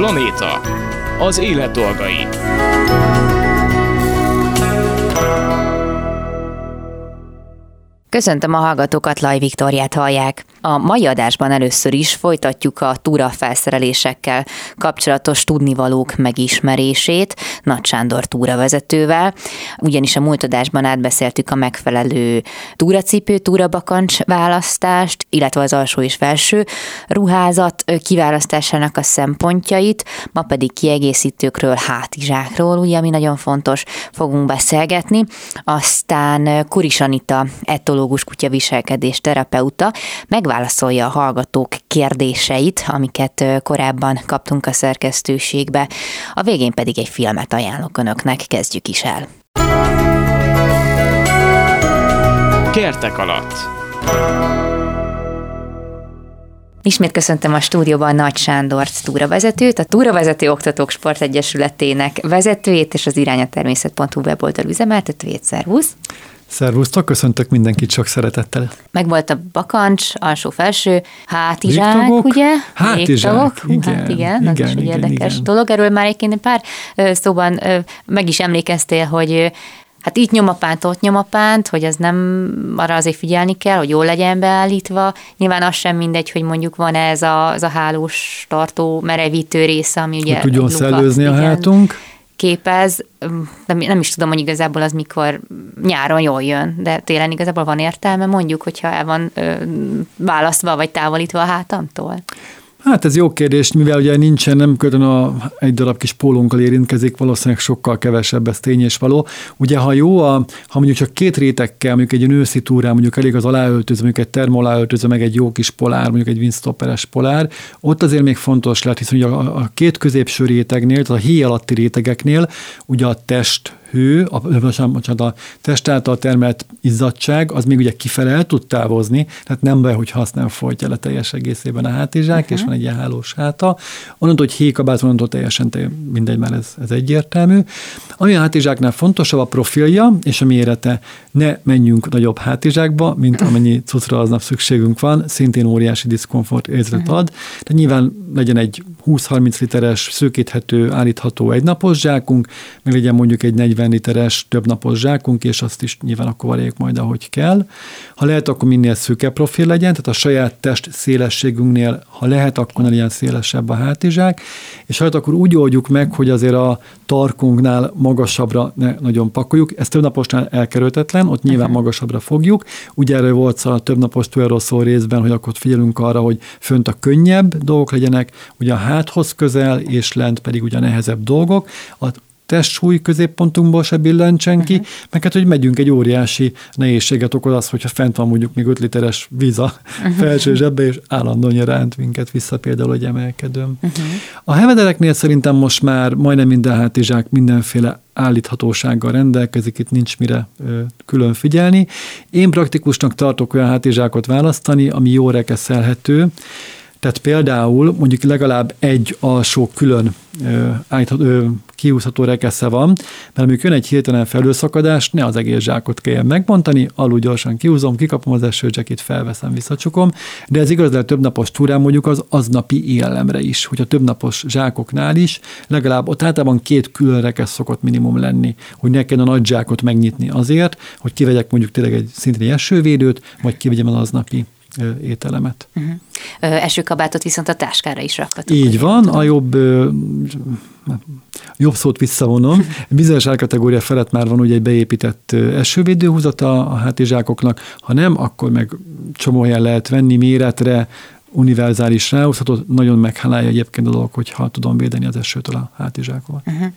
Planéta. Az élet dolgai. Köszöntöm a hallgatókat, Laj Viktóriát hallják. A mai adásban először is folytatjuk a túrafelszerelésekkel kapcsolatos tudnivalók megismerését Nagy Sándor túravezetővel, ugyanis a múlt adásban átbeszéltük a megfelelő túracipő, túrabakancs választást, illetve az alsó és felső ruházat kiválasztásának a szempontjait, ma pedig kiegészítőkről, hátizsákról, ugye, ami nagyon fontos, fogunk beszélgetni. Aztán Kuris Anita, etológus kutyaviselkedés terapeuta megválaszolja a hallgatók kérdéseit, amiket korábban kaptunk a szerkesztőségbe. A végén pedig egy filmet ajánlok önöknek, kezdjük is el. Kertek alatt. Ismét köszöntöm a stúdióban Nagy Sándort túravezetőt, a Túravezető Oktatók Sportegyesületének vezetőjét és az irányatermészet.hu weboldal üzemeltetőjét. Szervusz! Szervusztok, köszöntök mindenkit sok szeretettel. Megvolt a bakancs, alsó-felső, hátizsák, ugye? Hátizsák, igen, ez is egy érdekes dolog. Erről már egyébként pár szóban meg is emlékeztél, hogy hát itt nyomapánt, ott nyomapánt, hogy ez nem, arra azért figyelni kell, hogy jól legyen beállítva. Nyilván az sem mindegy, hogy mondjuk van ez a hálós tartó merevítő része, ami ugye... Hogy tudjon szellőzni a hátunk. Képez, nem is tudom, hogy igazából az mikor nyáron jól jön, de télen igazából van értelme, mondjuk, hogyha el van választva vagy távolítva a hátamtól? Hát ez jó kérdés, mivel ugye nincsen, nem kötön egy darab kis pólónkkal érintkezik, valószínűleg sokkal kevesebb, ez tény és való. Ugye ha jó, ha mondjuk csak két rétegkel, mondjuk egy őszi túrán, mondjuk elég az aláöltöző, mondjuk egy termoaláöltöző, meg egy jó kis polár, mondjuk egy windstopperes polár, ott azért még fontos lehet, hiszen ugye a két középső rétegnél, tehát a héj alatti rétegeknél ugye a testhő, a test által termelt izzadság, az még ugye kifele el tud távozni, tehát nem baj, hogy nem folytja le teljes egészében a hátizsák, és van egy ilyen hálós háta. Onnantól, hogy héjkabát, onnantól teljesen mindegy, már ez egyértelmű. Ami a hátizsáknál fontosabb a profilja és a mérete. Ne menjünk nagyobb hátizsákba, mint amennyi cuccra aznap szükségünk van, szintén óriási diszkomfort érzetet ad. De nyilván legyen egy 20-30 literes, szőkíthető, állítható egynapos zsákunk, meg legyen mondjuk egy 40 literes többnapos zsákunk, és azt is nyilván akkor varjék majd, ahogy kell. Ha lehet, akkor minél szűke profil legyen, tehát a saját test szélességünknél, ha lehet, akkor legyen szélesebb a hátizsák, és ha lehet, akkor úgy oldjuk meg, hogy azért a tarkunknál magasabbra ne nagyon pakoljuk. Ez többnaposnál elkerülhetetlen, ott nyilván magasabbra fogjuk. Ugye erről volt a többnapos túráról szó részben, hogy akkor figyelünk arra, hogy fönt a könnyebb dolgok legyenek, ugye a háthoz közel, és lent pedig ugye a nehezebb dolgok. A testsúly középpontunkból se billentsen ki, meg hát, hogy megyünk egy óriási nehézséget okoz az, hogyha fent van mondjuk még 5 literes víz a felső zsebbe, és állandóan ránt minket vissza például, hogy emelkedőm. A hevedereknél szerintem most már majdnem minden hátizsák mindenféle állíthatósággal rendelkezik, itt nincs mire külön figyelni. Én praktikusnak tartok olyan hátizsákot választani, ami jól rekeszelhető. Tehát például mondjuk legalább egy alsó külön kihúzható rekesze van, mert amikor jön egy hirtelen felülszakadás, ne az egész zsákot kelljen megbontani, alul gyorsan kihúzom, kikapom az esőzsekit, felveszem, visszacsukom, de ez igaz, de a többnapos túrán mondjuk az aznapi élelemre is, hogy a többnapos zsákoknál is legalább ott általában 2 külön rekesz szokott minimum lenni, hogy ne kelljen a nagy zsákot megnyitni azért, hogy kivegyek mondjuk tényleg egy szintén esővédőt, vagy kivegyem az aznapi ételemet. Esőkabátot viszont a táskára is rakhatunk. Így van, a jobb szót visszavonom. Bizonyos árkategória felett már van ugye egy beépített esővédőhúzata a hátizsákoknak, ha nem, akkor meg csomó helyen lehet venni méretre, univerzális ráhúzható, nagyon meghálálja egyébként a dolog, hogyha tudom védeni az esőtől a hátizsákomat.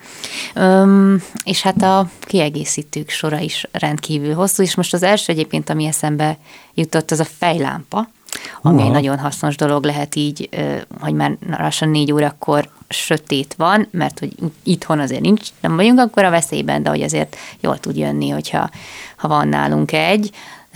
És hát a kiegészítők sora is rendkívül hosszú, és most az első egyébként, ami eszembe jutott, az a fejlámpa, ami egy nagyon hasznos dolog lehet így, hogy már lassan 4 órakor sötét van, mert hogy itthon azért nem vagyunk akkor a veszélyben, de hogy azért jól tud jönni, hogyha van nálunk egy.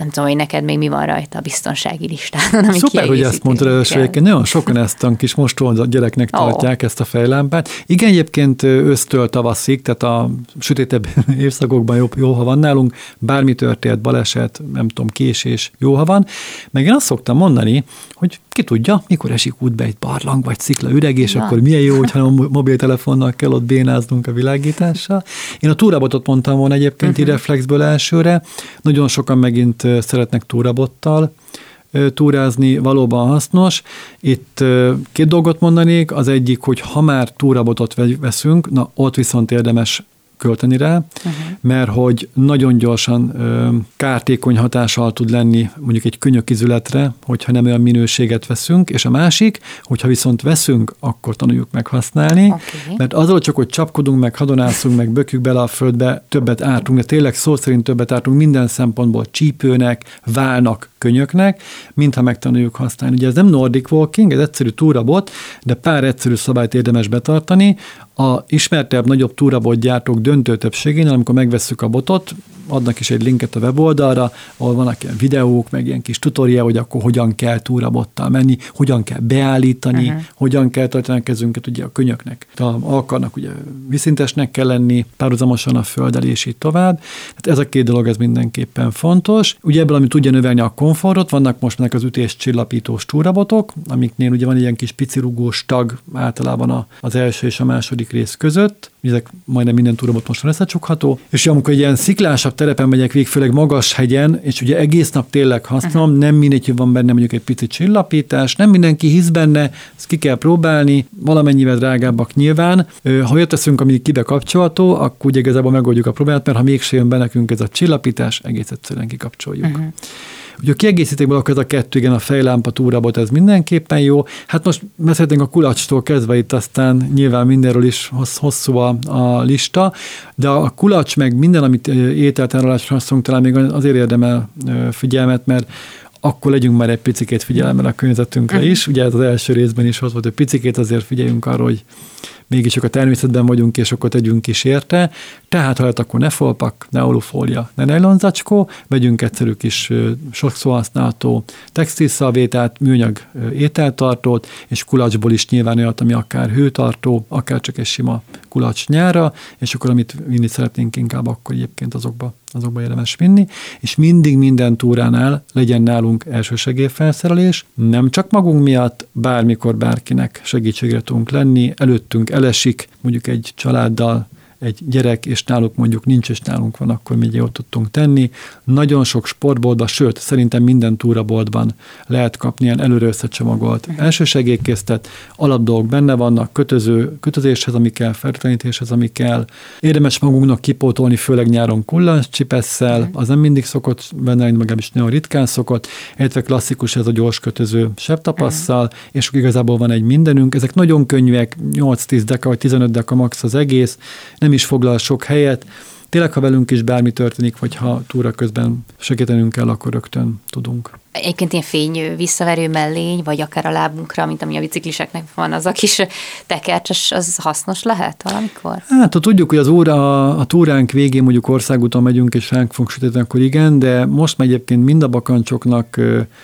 Nem tudom, hogy neked még mi van rajta a biztonsági listán, ami Szuper, hogy ezt mondtad először, nagyon sokan ezt a kis mostó gyereknek tartják ezt a fejlámpát. Igen, egyébként ősztől tavaszig, tehát a sötétebb évszakokban jó, ha van nálunk, bármi történt, baleset, nem tudom, késés, jó, ha van. Meg én azt szoktam mondani, hogy ki tudja, mikor esik útbe egy barlang vagy szikla üreg, és akkor milyen jó, hogyha a mobiltelefonnal kell ott bénáznunk a világítással. Én a túrabotot mondtam volna egyébként így reflexből elsőre. Nagyon sokan megint szeretnek túrabottal túrázni, valóban hasznos. Itt két dolgot mondanék. Az egyik, hogy ha már túrabotot veszünk, na ott viszont érdemes költeni rá, mert hogy nagyon gyorsan kártékony hatással tud lenni mondjuk egy könyökizületre, hogyha nem olyan minőséget veszünk, és a másik, hogyha viszont veszünk, akkor tanuljuk meg használni, mert azzal csak, hogy csapkodunk, meg hadonászunk, meg bökjük bele a földbe, többet ártunk, de tényleg szó szerint többet ártunk minden szempontból csípőnek, válnak, könyöknek, mintha megtanuljuk használni. Ugye ez nem Nordic Walking, ez egyszerű túrabot, de pár egyszerű szabályt érdemes betartani. A ismertebb, nagyobb túrabotgyártók döntő többségénél, amikor megvesszük a botot, adnak is egy linket a weboldalra, ahol vannak ilyen videók, meg ilyen kis tutoriál, hogy akkor hogyan kell túrabottal menni, hogyan kell beállítani, hogyan kell tartani a kezünket, ugye a könyöknek. A alkarnak ugye viszintesnek kell lenni, párhuzamosan a földdel, és így tovább. Hát ez a két dolog, ez mindenképpen fontos. Ugye ebből, ami tudja növelni a komfortot, vannak most meg az ütéscsillapítós túrabotok, amiknél ugye van ilyen kis pici rugós tag általában az első és a második rész között. Ezek majdnem minden túrabot most összecsukható. És amikor egy ilyen sziklásabb terepen megyek végig, főleg magas hegyen, és ugye egész nap tényleg használom, nem mindegy, hogy van benne mondjuk egy pici csillapítás, nem mindenki hisz benne, ezt ki kell próbálni, valamennyivel drágábbak nyilván. Ha olyat teszünk, ami kibe kapcsolható, akkor ugye igazából megoldjuk a problémát, mert ha mégse jön be nekünk ez a csillapítás, egész egyszerűen kikapcsoljuk. Ugye a kiegészítékből akkor ez a kettő, igen, a fejlámpa túrabot, ez mindenképpen jó. Hát most beszéltünk a kulacstól kezdve, itt aztán nyilván mindenről is hosszú a lista, de a kulacs meg minden, amit ételtárolásra használunk, talán még azért érdemel figyelmet, mert akkor legyünk már egy picikét figyelemmel a környezetünkre is. Ugye ez az első részben is az volt, hogy picikét azért figyeljünk arra, hogy mégis csak a természetben vagyunk, és akkor tegyünk is érte. Tehát ha lehet, akkor ne folpak, ne alufólia, ne nejlonzacskó, vegyünk egyszerű kis sokszor használható textilszalvétát, műanyag ételtartót, és kulacsból is nyilván olyat, ami akár hőtartó, akár csak egy sima kulacs nyára, és akkor amit vinni szeretnénk inkább, akkor egyébként azokba érdemes vinni, és mindig minden túránál legyen nálunk elsősegélyfelszerelés, nem csak magunk miatt, bármikor bárkinek segítségre tudunk lenni, előttünk elesik, mondjuk egy családdal, egy gyerek, és náluk mondjuk nincs, és nálunk van, akkor mi jót tudtunk tenni. Nagyon sok sportboltban, sőt, szerintem minden túraboltban lehet kapni ilyen előre összecsomagolt elsősegélykészletet, alapdolgok benne vannak, kötözéshez, ami kell, fertőtlenítéshez, ami kell. Érdemes magunknak kipótolni, főleg nyáron kullancscsipesszel, az nem mindig szokott benne, legalábbis nagyon ritkán szokott, illetve klasszikus ez a gyors kötöző sebtapasszal, és igazából van egy mindenünk. Ezek nagyon könnyűek, 8-10 deka vagy 15 deka max az egész, nem is foglal sok helyet. Tényleg, ha velünk is bármi történik, vagy ha túra közben segítenünk kell, akkor rögtön tudunk. Egyébként ilyen fény visszaverő mellény, vagy akár a lábunkra, mint ami a bicikliseknek van, az a kis tekercses, az hasznos lehet valamikor? Hát, ha tudjuk, hogy a túránk végén mondjuk országúton megyünk, és ránk fogunk sütni, akkor igen, de most már egyébként mind a bakancsoknak,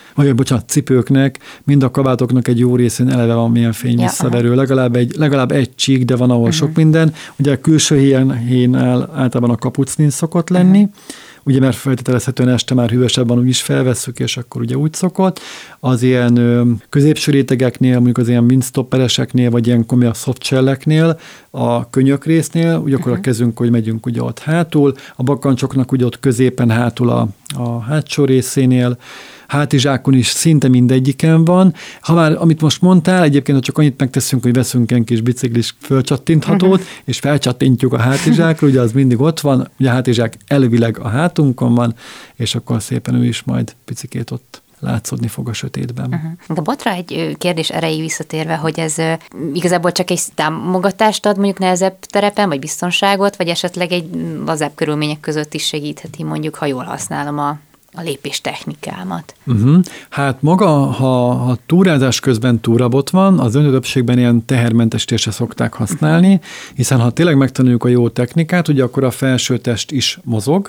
cipőknek, mind a kabátoknak egy jó részén eleve van milyen fény visszaverő. Legalább egy csík, de van, ahol sok minden. Ugye a külső héjánál általában a kapucnin szokott lenni, ugye mert feltételezhetően este már hűvösebb van, úgyis felvesszük, és akkor ugye úgy szokott. Az ilyen középső rétegeknél, mondjuk az ilyen windstoppereseknél, vagy ilyen komoly softshelleknél, a könyök résznél, ugye akkor a kezünk, hogy megyünk ugye ott hátul, a bakancsoknak ugye ott középen hátul a hátsó részénél, hátizsákon is szinte mindegyiken van. Ha már, amit most mondtál, egyébként, ha csak annyit megteszünk, hogy veszünk egy kis biciklis fölcsattinthatót, és felcsattintjuk a hátizsákra, ugye az mindig ott van, ugye a hátizsák elvileg a hátunkon van, és akkor szépen ő is majd picikét ott látszódni fog a sötétben. De botra egy kérdés erejéig visszatérve, hogy ez igazából csak egy támogatást ad mondjuk nehezebb terepen, vagy biztonságot, vagy esetleg egy lazább körülmények között is segítheti mondjuk, ha jól használom a lépés technikámat. Hát maga, ha túrázás közben túrabot van, az döntő többségben ilyen tehermentesítésre szokták használni, hiszen ha tényleg megtanuljuk a jó technikát, ugye akkor a felső test is mozog,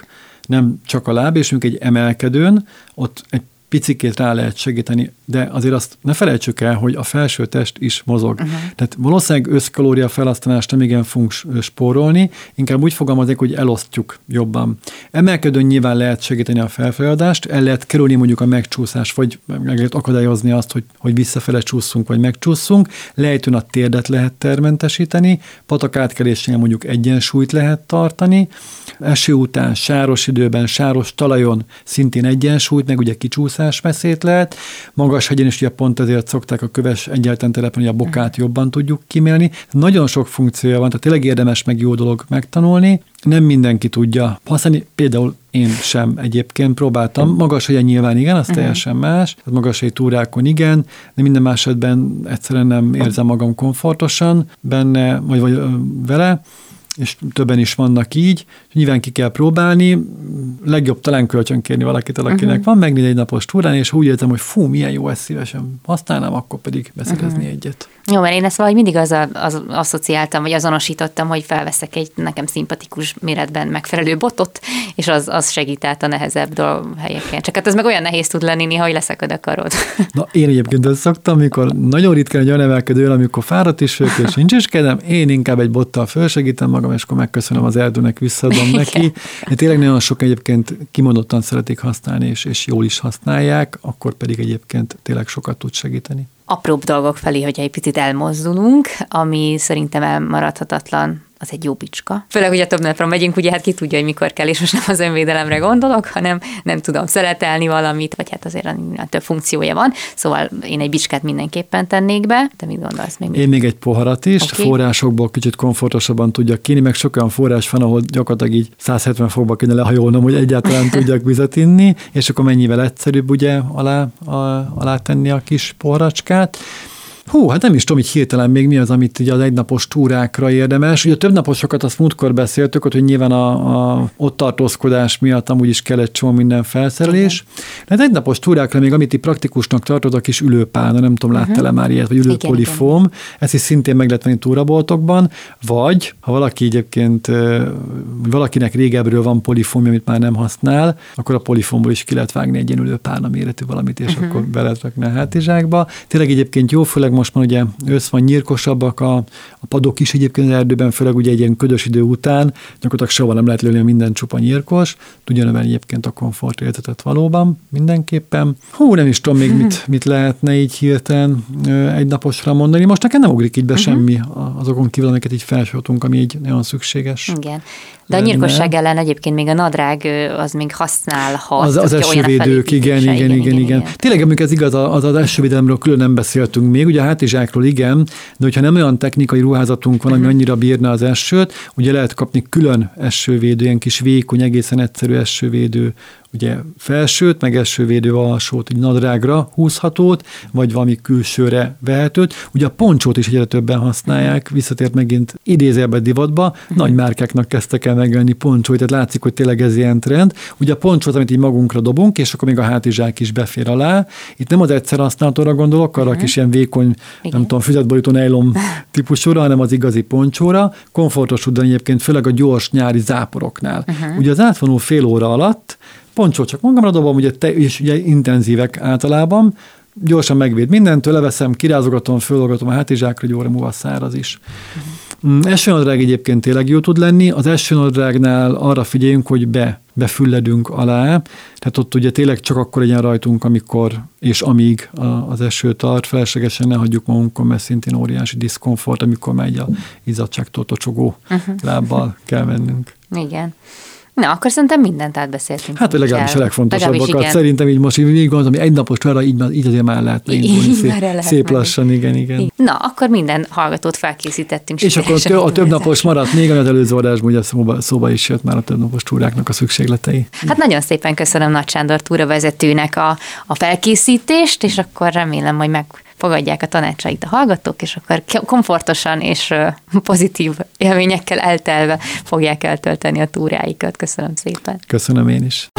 nem csak a láb, és mondjuk egy emelkedőn, ott egy picikét rá lehet segíteni, de azért azt ne felejtsük el, hogy a felső test is mozog. Tehát valószínűleg összkalória felhasználást nem igen fogunk spórolni, inkább úgy fogalmaznék, hogy elosztjuk jobban. Emelkedőn nyilván lehet segíteni a felfeladást, el lehet kerülni mondjuk a megcsúszást, vagy meg lehet akadályozni azt, hogy visszafele csúszunk, vagy megcsúszunk. Lejtőn a térdet lehet termentesíteni, patakátkelésnél mondjuk egyensúlyt lehet tartani, eső után, sáros időben, sáros talajon szintén egyensúlyt, meg ugye kicsúszásveszélyt lehet. Magas hegyen is ugye pont ezért szokták a köves egyenleten telepen, hogy a bokát jobban tudjuk kimélni. Nagyon sok funkciója van, tehát tényleg érdemes meg jó dolog megtanulni. Nem mindenki tudja használni, például én sem egyébként próbáltam. Magas hegyen nyilván igen, az teljesen más. Magashegyi túrákon igen, de minden más esetben egyszerűen nem érzem magam komfortosan benne, vagy vele, és többen is vannak így, nyilván ki kell próbálni, legjobb talán kölcsönkérni valakit, akinek van, megnézni egy napos túrán, és úgy érzem, hogy fú, milyen jó, ezt szívesen használnám, akkor pedig beszerezni egyet. Jó, mert én ezt valahogy mindig az asszociáltam, vagy azonosítottam, hogy felveszek egy nekem szimpatikus méretben megfelelő botot, és az segít át a nehezebb helyeken. Csak hát ez meg olyan nehéz tud lenni néha, hogy leszakad a karod. Na, én egyébként ezt szoktam, amikor nagyon ritkán egy olyan emelkedőn, amikor fáradt is vagyok, és nincs is kedvem, én inkább egy bottal fölsegítem magam, és akkor megköszönöm az erdőnek, visszaadom neki. De tényleg nagyon sok egyébként kimondottan szeretik használni, és jól is használják, akkor pedig egyébként tényleg sokat tud segíteni. Apróbb dolgok felé, hogyha egy picit elmozdulunk, ami szerintem elmaradhatatlan, az egy jó bicska. Főleg, hogy a több napra megyünk, ugye hát ki tudja, hogy mikor kell, és most nem az önvédelemre gondolok, hanem nem tudom szeletelni valamit, vagy hát azért több funkciója van. Szóval én egy bicskát mindenképpen tennék be. Te mit gondolsz még? Én még egy poharat is, okay. Forrásokból kicsit komfortosabban tudjak kínni, meg sok olyan forrás van, ahol gyakorlatilag így 170 fokba kéne lehajolnom, hogy egyáltalán tudjak vizet inni, és akkor mennyivel egyszerűbb ugye alá tenni a kis poharacskát. Hú, hát nem is tudom, hogy hirtelen még mi az, amit ugye az egynapos túrákra érdemes. Ugye a többnaposokat azt múltkor beszéltük, hogy nyilván a ott tartózkodás miatt amúgy is kell egy csomó minden felszerelés. De az egynapos túrákra még amit praktikusnak tartod, a kis ülőpálna, nem tudom, láttál-e már ilyet, vagy ülőpolifóm. Ezt is szintén meg lehet venni túraboltokban, vagy ha valaki egyébként, valakinek régebről van polifómja, amit már nem használ, akkor a polifómból is ki lehet vágni egy ilyen ülőpálna méretű valamit, és akkor be lehet rakni a hátizsákba. Tényleg egyébként jó, főleg most már ugye ősz van, nyírkosabbak a padok is egyébként az erdőben, főleg ugye egy ilyen ködös idő után, gyakorlatilag soha nem lehet lőni, minden csupa nyírkos, tudja növelni egyébként a komfortérzetet valóban, mindenképpen. Hú, nem is tudom még mit lehetne így hirtelen egy naposra mondani. Most nekem nem ugrik így be semmi azokon kívül, amiket így felsoroltunk, ami így nagyon szükséges. Igen. De a nyírkosság ellen egyébként még a nadrág az még használhat. Az esővédők, igen. Tényleg, amikor ez igaz, az esővédelemről külön nem beszéltünk még, ugye a hátizsákról igen, de hogyha nem olyan technikai ruházatunk van, ami annyira bírna az esőt, ugye lehet kapni külön esővédő, ilyen kis vékony, egészen egyszerű esővédő, ugye felsőt, meg esővédő alsót, így nadrágra húzhatót, vagy valami külsőre vehetőt. Ugye a poncsót is egyre többen használják, visszatért megint idézőjelben divatba, nagy márkáknak kezdtek el megjelenni poncsót, tehát látszik, hogy tényleg ez ilyen trend. Ugye a poncsót, amit így magunkra dobunk, és akkor még a hátizsák is befér alá. Itt nem az egyszer használatóra gondolok, arra kis ilyen vékony, nem tudom, füzetborító nejlon típusúra, hanem az igazi poncsóra. Komfortos tud lenni egyébként, főleg a gyors nyári záporoknál. Ugye az átvonó fél óra alatt poncsót csak magamra dobom, és ugye intenzívek általában, gyorsan megvéd mindentől, leveszem, kirázogatom, fölolgatom a hátizsákra, egy óra múlva száraz is. Esőnadrág egyébként tényleg jó tud lenni. Az esőnadrágnál arra figyeljünk, hogy befülledünk alá, tehát ott ugye tényleg csak akkor legyen rajtunk, amikor és amíg az eső tart, feleslegesen ne hagyjuk magunkon, mert szintén óriási diszkomfort, amikor már így a izzadságtól tocsogó lábbal kell mennünk. Igen. Na, akkor szerintem mindent átbeszéltünk. Hát, hogy legalábbis a legfontosabbakat. Szerintem így most így gondolom, hogy egy napos arra így azért már lehetne indulni szép lassan, igen. Na, akkor minden hallgatót felkészítettünk. És akkor a több napos maradt még, ami az előző adásban ugye szóba is jött már a több napos túráknak a szükségletei. Hát nagyon szépen köszönöm Nagy Sándor túravezetőnek a felkészítést, és akkor remélem, hogy fogadják a tanácsait a hallgatók, és akkor komfortosan és pozitív élményekkel eltelve fogják eltölteni a túráikat. Köszönöm szépen. Köszönöm én is.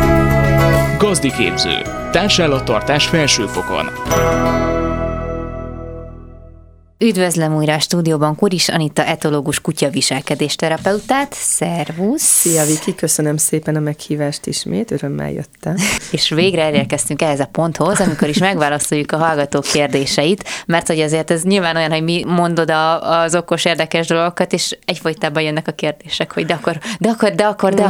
Gazdiképző. Társállattartás felsőfokon. Üdvözlöm újra a stúdióban Kuris Anita etológus kutyaviselkedésterapeutát. Szervusz! Szia Viki, köszönöm szépen a meghívást ismét, örömmel jöttem. És végre elérkeztünk ehhez a ponthoz, amikor is megválaszoljuk a hallgatók kérdéseit, mert hogy azért ez nyilván olyan, hogy mi mondod az okos, érdekes dolgokat, és egyfolytában jönnek a kérdések, hogy de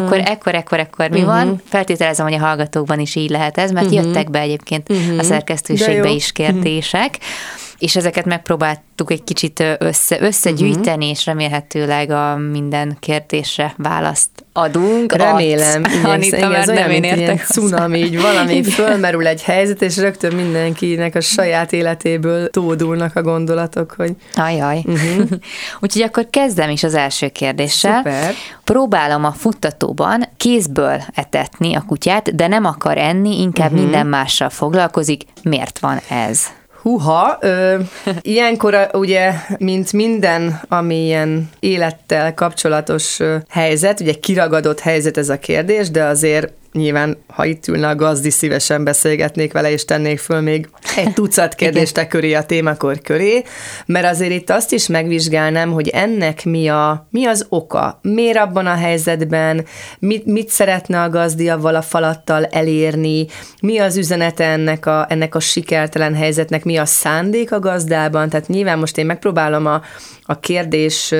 akkor mi van? Feltételezem, hogy a hallgatókban is így lehet ez, mert jöttek be egyébként a szerkesztőségbe is kérdések, és ezeket megpróbáltuk egy kicsit összegyűjteni, és remélhetőleg a minden kérdésre választ adunk. Remélem. Anita, ez olyan, mint ilyen cunami, így valami fölmerül egy helyzet, és rögtön mindenkinek a saját életéből tódulnak a gondolatok, hogy... Ajaj. Úgyhogy akkor kezdem is az első kérdéssel. Szuper. Próbálom a futtatóban kézből etetni a kutyát, de nem akar enni, inkább minden mással foglalkozik. Miért van ez? Húha, ilyenkor ugye, mint minden, ami ilyen élettel kapcsolatos helyzet, ugye kiragadott helyzet ez a kérdés, de azért nyilván, ha itt ülne a gazdi, szívesen beszélgetnék vele, és tennék föl még egy tucat kérdést köré a témakör köré, mert azért itt azt is megvizsgálnám, hogy ennek mi az oka, miért abban a helyzetben, mit szeretne a gazdi avval a falattal elérni, mi az üzenete ennek a sikertelen helyzetnek, mi a szándék a gazdában, tehát nyilván most én megpróbálom a kérdés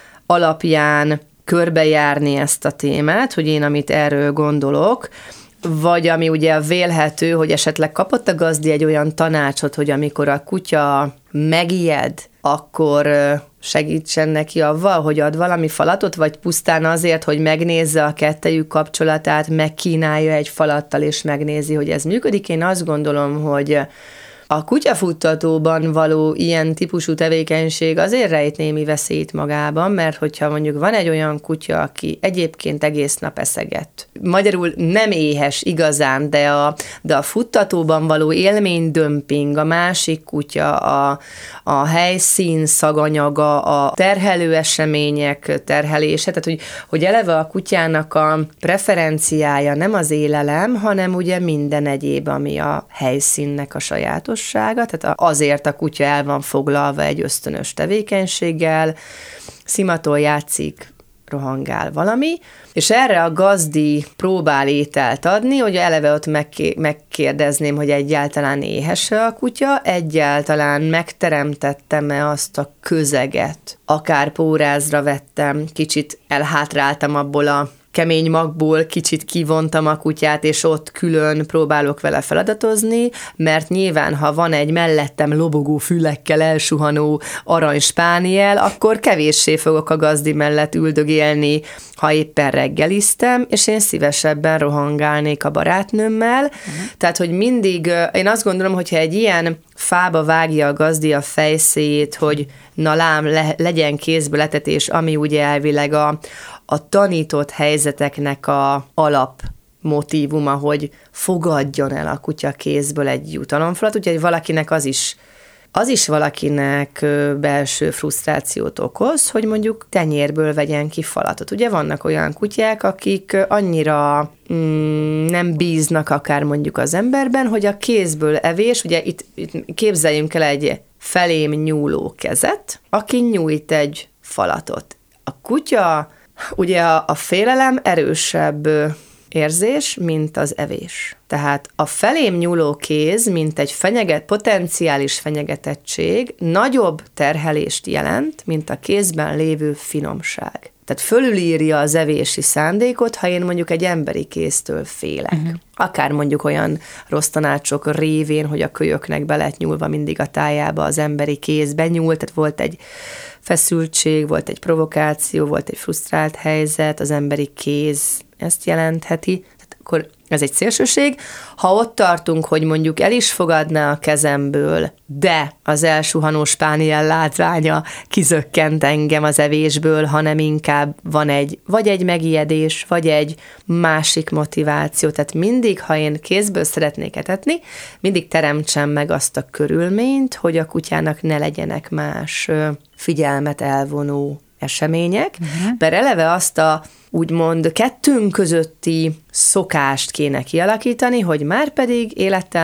alapján körbejárni ezt a témát, hogy én amit erről gondolok, vagy ami ugye vélhető, hogy esetleg kapott a gazdi egy olyan tanácsot, hogy amikor a kutya megijed, akkor segítsen neki avval, hogy ad valami falatot, vagy pusztán azért, hogy megnézze a kettejük kapcsolatát, megkínálja egy falattal, és megnézi, hogy ez működik. Én azt gondolom, hogy a kutyafuttatóban való ilyen típusú tevékenység azért rejt némi veszélyt magában, mert hogyha mondjuk van egy olyan kutya, aki egyébként egész nap eszeget, magyarul nem éhes igazán, de a futtatóban való élménydömping, a másik kutya, a helyszín szaganyaga, a terhelő események terhelése, tehát hogy eleve a kutyának a preferenciája nem az élelem, hanem ugye minden egyéb, ami a helyszínnek a sajátos, tehát azért a kutya el van foglalva egy ösztönös tevékenységgel, szimatol, játszik, rohangál valami, és erre a gazdi próbál ételt adni, hogy eleve ott megkérdezném, hogy egyáltalán éhes-e a kutya, egyáltalán megteremtettem-e azt a közeget, akár pórázra vettem, kicsit elhátráltam abból a kemény magból, kicsit kivontam a kutyát, és ott külön próbálok vele feladatozni, mert nyilván, ha van egy mellettem lobogó fülekkel elsuhanó aranyspániel, akkor kevéssé fogok a gazdi mellett üldögélni, ha éppen reggeliztem, és én szívesebben rohangálnék a barátnőmmel. Tehát, hogy mindig, én azt gondolom, hogyha egy ilyen fába vágja a gazdi a fejszéjét, hogy na lám, legyen kézből etetés, ami ugye elvileg a tanított helyzeteknek a alap motívuma, hogy fogadjon el a kutya kézből egy jutalomfalat, úgyhogy valakinek az is valakinek belső frusztrációt okoz, hogy mondjuk tenyérből vegyen ki falatot. Ugye vannak olyan kutyák, akik annyira nem bíznak akár mondjuk az emberben, hogy a kézből evés, ugye itt képzeljünk el egy felém nyúló kezet, aki nyújt egy falatot. A kutya, ugye a félelem erősebb érzés, mint az evés. Tehát a felém nyúló kéz, mint egy potenciális fenyegetettség, nagyobb terhelést jelent, mint a kézben lévő finomság. Tehát fölülírja az evési szándékot, ha én mondjuk egy emberi kéztől félek. Akár mondjuk olyan rossz tanácsok révén, hogy a kölyöknek be lett nyúlva mindig a tájába az emberi kéz benyúlt, tehát volt egy feszültség, volt egy provokáció, volt egy frusztrált helyzet, az emberi kéz ezt jelentheti, tehát akkor ez egy szélsőség. Ha ott tartunk, hogy mondjuk el is fogadná a kezemből, de az elsuhanó spániel látványa kizökkent engem az evésből, hanem inkább van vagy egy megijedés, vagy egy másik motiváció. Tehát mindig, ha én kézből szeretnék etetni, mindig teremtsem meg azt a körülményt, hogy a kutyának ne legyenek más figyelmet elvonó események, mert eleve azt a úgymond kettőnk közötti szokást kéne kialakítani, hogy már pedig életem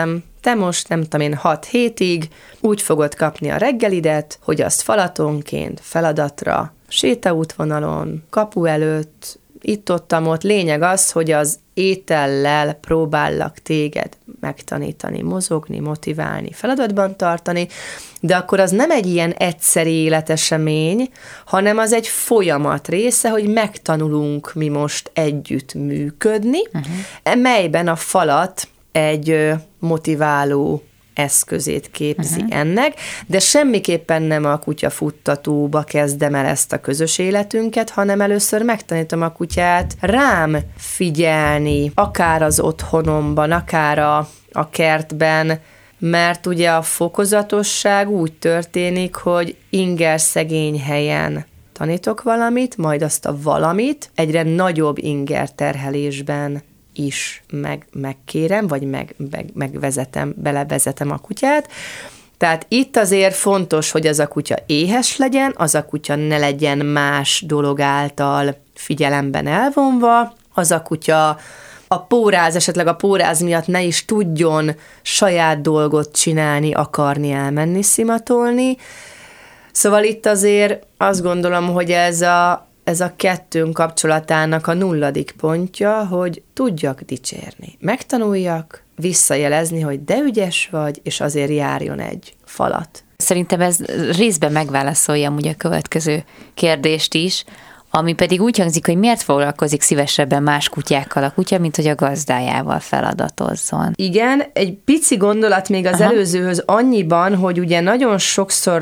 te most nem tudom én 6 hétig úgy fogod kapni a reggelidet, hogy azt falatonként, feladatra, sétaútvonalon, kapu előtt, itt-ott, lényeg az, hogy az étellel próbállak téged megtanítani, mozogni, motiválni, feladatban tartani, de akkor az nem egy ilyen egyszeri életesemény, hanem az egy folyamat része, hogy megtanulunk mi most együtt működni, melyben a falat egy motiváló eszközét képzi ennek, de semmiképpen nem a kutyafuttatóba kezdem el ezt a közös életünket, hanem először megtanítom a kutyát rám figyelni, akár az otthonomban, akár a kertben, mert ugye a fokozatosság úgy történik, hogy ingerszegény helyen tanítok valamit, majd azt a valamit egyre nagyobb ingerterhelésben is megkérem, vagy belevezetem a kutyát. Tehát itt azért fontos, hogy az a kutya éhes legyen, az a kutya ne legyen más dolog által figyelemben elvonva, az a kutya esetleg a póráz miatt ne is tudjon saját dolgot csinálni, akarni, elmenni, szimatolni. Szóval itt azért azt gondolom, hogy ez a kettőnk kapcsolatának a 0. pontja, hogy tudjak dicsérni. Megtanuljak visszajelezni, hogy de ügyes vagy, és azért járjon egy falat. Szerintem ez részben megválaszolja amúgy a következő kérdést is, ami pedig úgy hangzik, hogy miért foglalkozik szívesebben más kutyákkal a kutya, mint hogy a gazdájával feladatozzon. Igen, egy pici gondolat még az előzőhöz annyiban, hogy ugye nagyon sokszor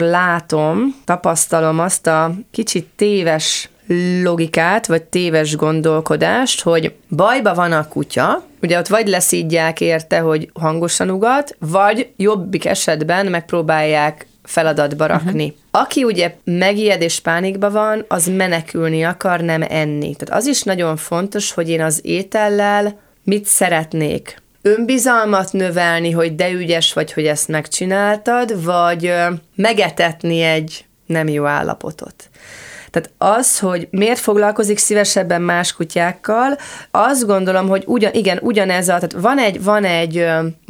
tapasztalom azt a kicsit téves logikát, vagy téves gondolkodást, hogy bajba van a kutya, ugye ott vagy leszídják érte, hogy hangosan ugat, vagy jobbik esetben megpróbálják feladatba rakni. Aki ugye megijed és pánikba van, az menekülni akar, nem enni. Tehát az is nagyon fontos, hogy én az étellel mit szeretnék. Önbizalmat növelni, hogy de ügyes vagy, hogy ezt megcsináltad, vagy megetetni egy nem jó állapotot. Tehát az, hogy miért foglalkozik szívesebben más kutyákkal, azt gondolom, hogy ugyanez tehát van egy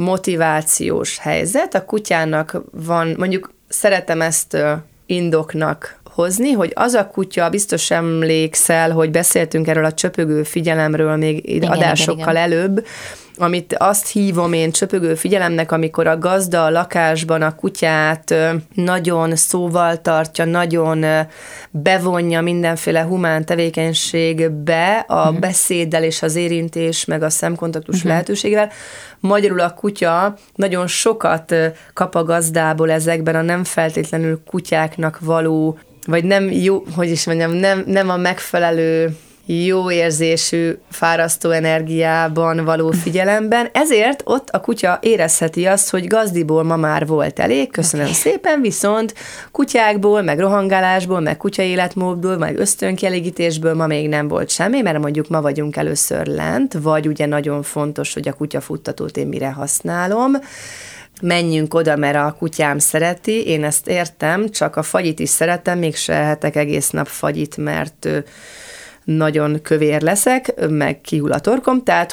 motivációs helyzet, a kutyának van, mondjuk szeretem ezt indoknak hozni, hogy az a kutya, biztos emlékszel, hogy beszéltünk erről a csöpögő figyelemről még adásokkal előbb, amit azt hívom én csöpögő figyelemnek, amikor a gazda a lakásban a kutyát nagyon szóval tartja, nagyon bevonja mindenféle humán tevékenységbe a beszéddel és az érintés, meg a szemkontaktus lehetőségével. Magyarul a kutya nagyon sokat kap a gazdából ezekben a nem feltétlenül kutyáknak való, vagy nem jó, nem a megfelelő jó érzésű, fárasztó energiában való figyelemben, ezért ott a kutya érezheti azt, hogy gazdiból ma már volt elég, köszönöm szépen, viszont kutyákból, meg rohangálásból, meg kutyaéletmódból, meg ösztönkielégítésből ma még nem volt semmi, mert mondjuk ma vagyunk először lent, vagy ugye nagyon fontos, hogy a kutyafuttatót én mire használom, menjünk oda, mert a kutyám szereti, én ezt értem, csak a fagyit is szeretem, mégse ehetek egész nap fagyit, mert nagyon kövér leszek, meg kihull a torkom, tehát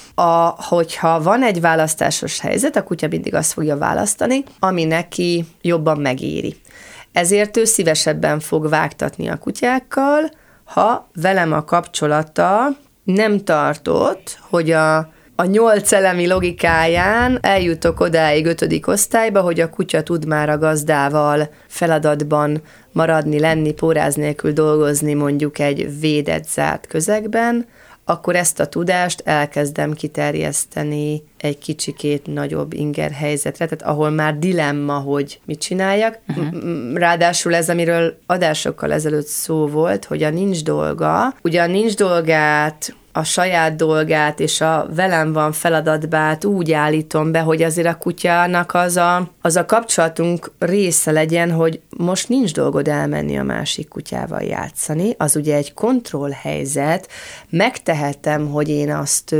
hogyha van egy választásos helyzet, a kutya mindig azt fogja választani, ami neki jobban megéri. Ezért ő szívesebben fog vágtatni a kutyákkal, ha velem a kapcsolata nem tartott, hogy a 8 elemi logikáján eljutok odáig 5. osztályba, hogy a kutya tud már a gazdával feladatban maradni, lenni, póráz nélkül dolgozni mondjuk egy védett, zárt közegben, akkor ezt a tudást elkezdem kiterjeszteni egy kicsikét nagyobb inger helyzetre, tehát ahol már dilemma, hogy mit csináljak. Ráadásul ez, amiről adásokkal ezelőtt szó volt, hogy a nincs dolga, ugye a nincs dolgát, a saját dolgát és a velem van feladatbát úgy állítom be, hogy azért a kutyának az a kapcsolatunk része legyen, hogy most nincs dolgod elmenni a másik kutyával játszani, az ugye egy kontrollhelyzet, megtehetem, hogy én azt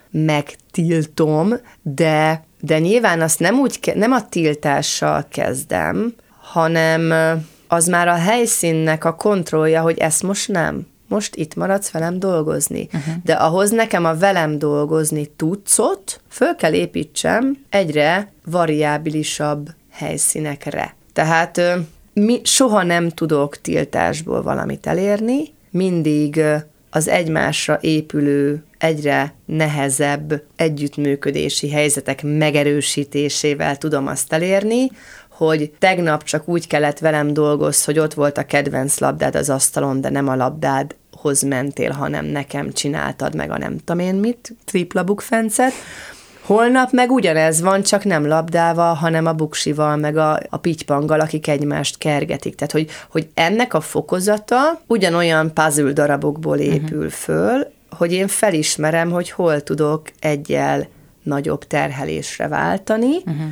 megtiltom, de nyilván azt nem a tiltással kezdem, hanem az már a helyszínnek a kontrollja, hogy ezt most nem. most itt maradsz velem dolgozni. De ahhoz nekem a velem dolgozni tudszot föl kell építsem egyre variábilisabb helyszínekre. Tehát soha nem tudok tiltásból valamit elérni, mindig az egymásra épülő, egyre nehezebb együttműködési helyzetek megerősítésével tudom azt elérni, hogy tegnap csak úgy kellett velem dolgozni, hogy ott volt a kedvenc labdád az asztalon, de nem a labdádhoz mentél, hanem nekem csináltad meg a nem tudom én mit, tripla bukfencet. Holnap meg ugyanez van, csak nem labdával, hanem a buksival, meg a pittypanggal, akik egymást kergetik. Tehát, hogy ennek a fokozata ugyanolyan puzzle darabokból épül föl, hogy én felismerem, hogy hol tudok egyel nagyobb terhelésre váltani,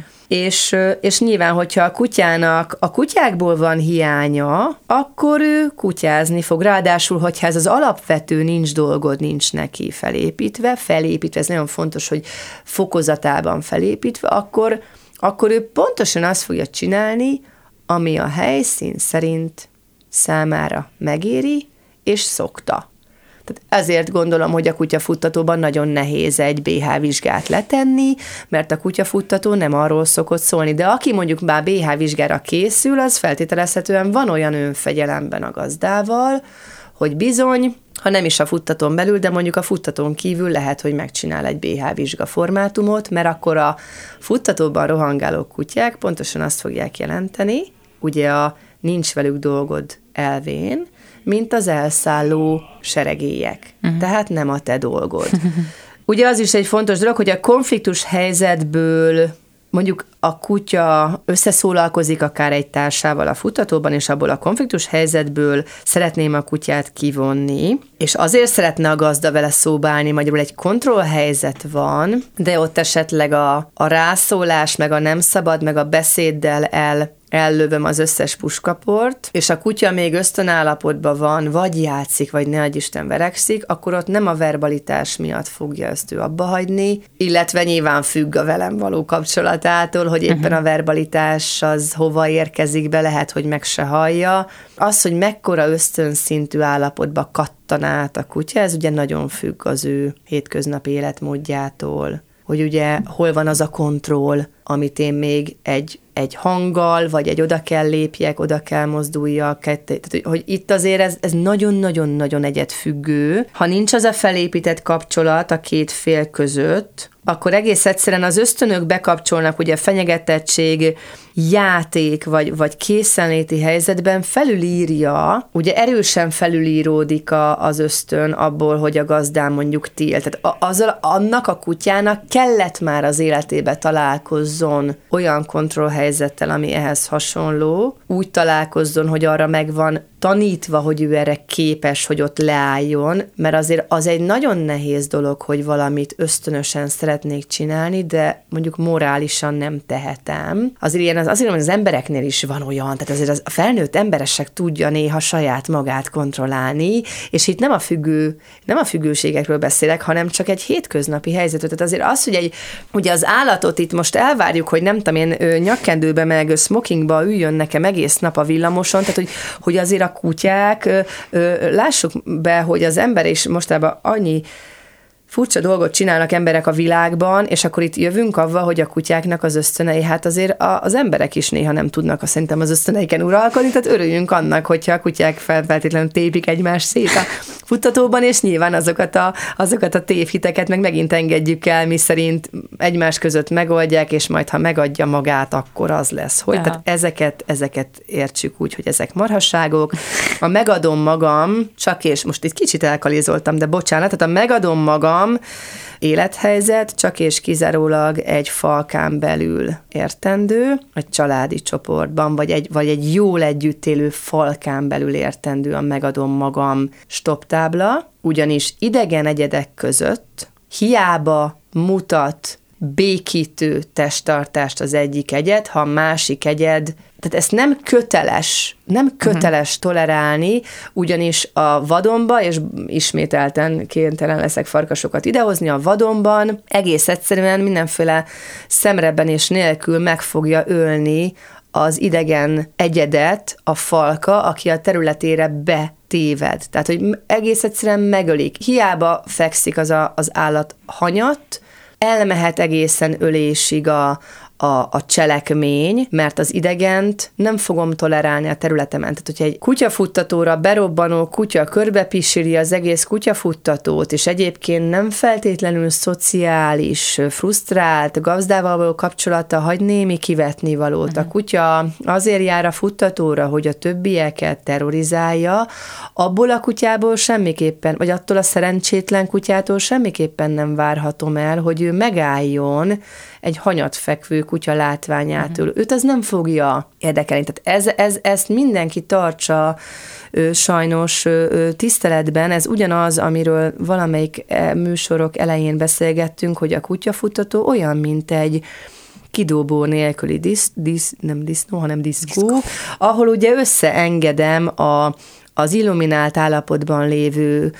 és nyilván, hogyha a kutyákból van hiánya, akkor ő kutyázni fog. Ráadásul, hogyha ez az alapvető nincs dolgod, nincs neki felépítve, ez nagyon fontos, hogy fokozatában felépítve, akkor ő pontosan azt fogja csinálni, ami a helyszín szerint számára megéri, és szokta. Tehát ezért gondolom, hogy a kutyafuttatóban nagyon nehéz egy BH vizsgát letenni, mert a kutyafuttató nem arról szokott szólni. De aki mondjuk már BH vizsgára készül, az feltételezhetően van olyan önfegyelemben a gazdával, hogy bizony, ha nem is a futtatón belül, de mondjuk a futtatón kívül lehet, hogy megcsinál egy BH vizsga formátumot, mert akkor a futtatóban rohangáló kutyák pontosan azt fogják jelenteni, ugye a nincs velük dolgod elvén, mint az elszálló seregélyek. Tehát nem a te dolgod. Ugye az is egy fontos dolog, hogy a konfliktus helyzetből mondjuk a kutya összeszólalkozik akár egy társával a futtatóban, és abból a konfliktus helyzetből szeretném a kutyát kivonni, és azért szeretne a gazda vele szóba állni, magyarul egy kontrollhelyzet van, de ott esetleg a rászólás, meg a nem szabad, meg a beszéddel ellövöm az összes puskaport, és a kutya még ösztönállapotban van, vagy játszik, vagy ne adj Isten verekszik, akkor ott nem a verbalitás miatt fogja ezt ő abba hagyni, illetve nyilván függ a velem való kapcsolatától, hogy éppen a verbalitás az hova érkezik be, lehet, hogy meg se hallja. Az, hogy mekkora ösztönszintű állapotba kattan át a kutya, ez ugye nagyon függ az ő hétköznapi életmódjától, hogy ugye hol van az a kontroll, amit én még egy hanggal, vagy egy oda kell lépjek, oda kell mozduljak, tehát, hogy itt azért ez nagyon-nagyon-nagyon egyedfüggő. Ha nincs az a felépített kapcsolat a két fél között, akkor egész egyszerűen az ösztönök bekapcsolnak, ugye a fenyegetettség, játék, vagy készenléti helyzetben felülírja, ugye erősen felülíródik az ösztön abból, hogy a gazdám mondjuk tilt. Tehát annak a kutyának kellett már az életébe találkozzon olyan kontrollhelyzettel, ami ehhez hasonló, úgy találkozzon, hogy arra megvan tanítva, hogy ő erre képes, hogy ott leálljon, mert azért az egy nagyon nehéz dolog, hogy valamit ösztönösen szeretnék csinálni, de mondjuk morálisan nem tehetem. Azért az embereknél is van olyan, tehát azért a felnőtt emberesek tudja néha saját magát kontrollálni, és itt nem a függőségekről beszélek, hanem csak egy hétköznapi helyzetet. Tehát azért az, hogy ugye az állatot itt most elvárjuk, hogy nem tudom én nyakkendőbe meg smokingba üljön nekem egész nap a villamoson, tehát hogy azért a kutyák, lássuk be, hogy az ember is mostában annyi furcsa dolgot csinálnak emberek a világban, és akkor itt jövünk avval, hogy a kutyáknak az ösztönei, hát azért az emberek is néha nem tudnak szerintem az ösztöneiken uralkodni, tehát örüljünk annak, hogyha a kutyák feltétlenül tépik egymást szét a futtatóban, és nyilván azokat a tévhiteket meg megint engedjük el, mi szerint egymás között megoldják, és majd ha megadja magát, akkor az lesz. Hogy? Tehát ezeket értsük úgy, hogy ezek marhasságok. A megadom magam, csak és most itt kicsit elkalézoltam, de bocsánat, tehát a megadom magam élethelyzet csak és kizárólag egy falkán belül értendő, egy családi csoportban, vagy egy jól együtt élő falkán belül értendő a megadom magam stoptábla, ugyanis idegen egyedek között hiába mutat békítő testtartást az egyik egyed, ha a másik egyed, tehát ezt nem köteles tolerálni, ugyanis a vadonba, és ismételten kénytelen leszek farkasokat idehozni, a vadonban egész egyszerűen mindenféle szemrebbenés nélkül meg fogja ölni az idegen egyedet a falka, aki a területére téved. Tehát, hogy egész egyszerűen megölik. Hiába fekszik az állat hanyat, elmehet egészen ölésig a cselekmény, mert az idegent nem fogom tolerálni a területemen. Tehát, hogyha egy kutyafuttatóra berobbanó kutya körbepisíri az egész kutyafuttatót, és egyébként nem feltétlenül szociális, frusztrált, gazdával való kapcsolata hagy némi kivetni valót. A kutya azért jár a futtatóra, hogy a többieket terrorizálja, abból a kutyából semmiképpen, vagy attól a szerencsétlen kutyától semmiképpen nem várhatom el, hogy ő megálljon egy hanyatfekvő kutya látványától. Őt az nem fogja érdekelni. Tehát ezt mindenki tartsa sajnos tiszteletben. Ez ugyanaz, amiről valamelyik műsorok elején beszélgettünk, hogy a kutyafuttató olyan, mint egy kidobó nélküli nem disznó, hanem diszkó, ahol ugye összeengedem az illuminált állapotban lévő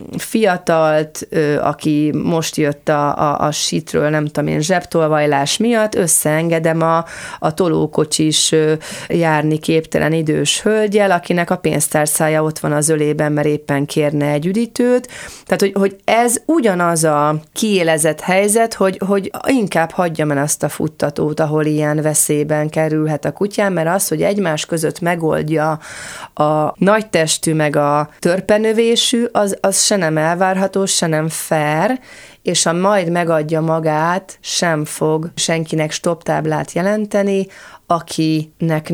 fiatalt, aki most jött a sitről, nem tudom én, zsebtolvajlás miatt, összeengedem a tolókocsis járni képtelen idős hölgyel, akinek a pénztárcája ott van az ölében, mert éppen kérne egy üdítőt. Tehát, hogy ez ugyanaz a kiélezett helyzet, hogy inkább hagyjam el azt a futtatót, ahol ilyen veszélyben kerülhet a kutyám, mert az, hogy egymás között megoldja a nagy testű, meg a törpenövésű, az se nem elvárható, se nem fair, és ha majd megadja magát, sem fog senkinek stopptáblát jelenteni, akinek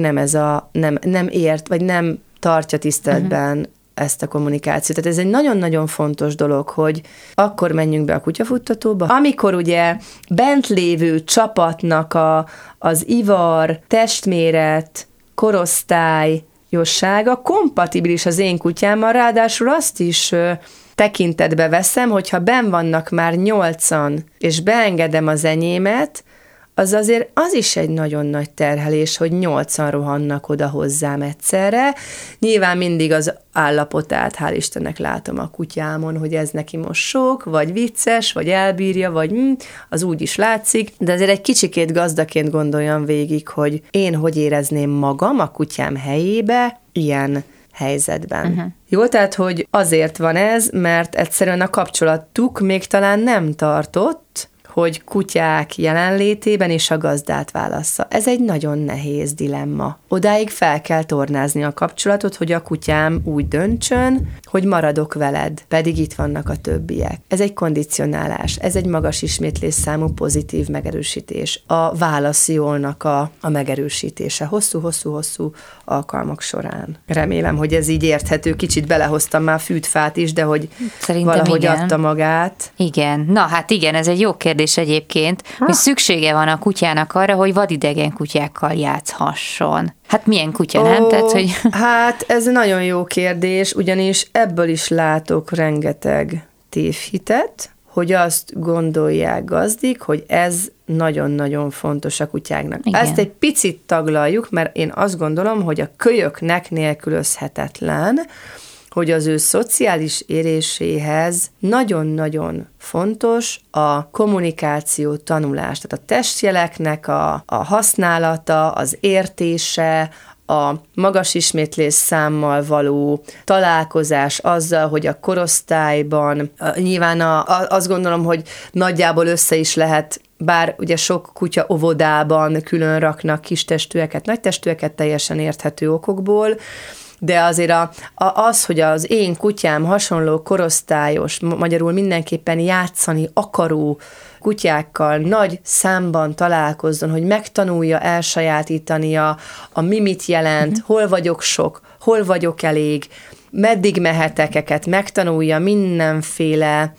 nem ért, vagy nem tartja tiszteletben ezt a kommunikációt. Tehát ez egy nagyon-nagyon fontos dolog, hogy akkor menjünk be a kutyafuttatóba, amikor ugye bent lévő csapatnak az ivar, testméret, korosztály, jossága kompatibilis az én kutyámmal, ráadásul azt is tekintetbe veszem, hogyha benn vannak már 8-an, és beengedem az enyémet, az azért az is egy nagyon nagy terhelés, hogy 8-an rohannak oda hozzám egyszerre. Nyilván mindig az állapotát, hál' Istennek látom a kutyámon, hogy ez neki most sok, vagy vicces, vagy elbírja, vagy az úgy is látszik, de azért egy kicsikét gazdaként gondoljam végig, hogy én hogy érezném magam a kutyám helyébe ilyen helyzetben. Jó, tehát, hogy azért van ez, mert egyszerűen a kapcsolatuk még talán nem tartott, hogy kutyák jelenlétében is a gazdát válassza. Ez egy nagyon nehéz dilemma. Odáig fel kell tornázni a kapcsolatot, hogy a kutyám úgy döntsön, hogy maradok veled, pedig itt vannak a többiek. Ez egy kondicionálás, ez egy magas ismétlésszámú pozitív megerősítés. A válaszjólnak a megerősítése hosszú-hosszú alkalmak során. Remélem, hogy ez így érthető. Kicsit belehoztam már fűtfát is, de hogy szerintem valahogy igen. Adta magát. Igen. Na hát igen, ez egy jó kérdés egyébként, hogy szüksége van a kutyának arra, hogy vadidegen kutyákkal játszhasson. Hát milyen kutya, nem? Tehát, hogy... Hát ez nagyon jó kérdés, ugyanis ebből is látok rengeteg tévhitet, hogy azt gondolják gazdik, hogy ez nagyon-nagyon fontos a kutyáknak. Igen. Ezt egy picit taglaljuk, mert én azt gondolom, hogy a kölyöknek nélkülözhetetlen, hogy az ő szociális éréséhez nagyon-nagyon fontos a kommunikáció tanulás. Tehát a testjeleknek a használata, az értése, a magas ismétlésszámmal való találkozás azzal, hogy a korosztályban nyilván azt gondolom, hogy nagyjából össze is lehet, bár ugye sok kutya óvodában külön raknak kis testűeket, nagy testűeket teljesen érthető okokból, de azért az, hogy az én kutyám hasonló korosztályos, magyarul mindenképpen játszani akaró kutyákkal nagy számban találkozzon, hogy megtanulja elsajátítani a mi mit jelent, hol vagyok sok, hol vagyok elég, meddig mehetekeket, megtanulja mindenféle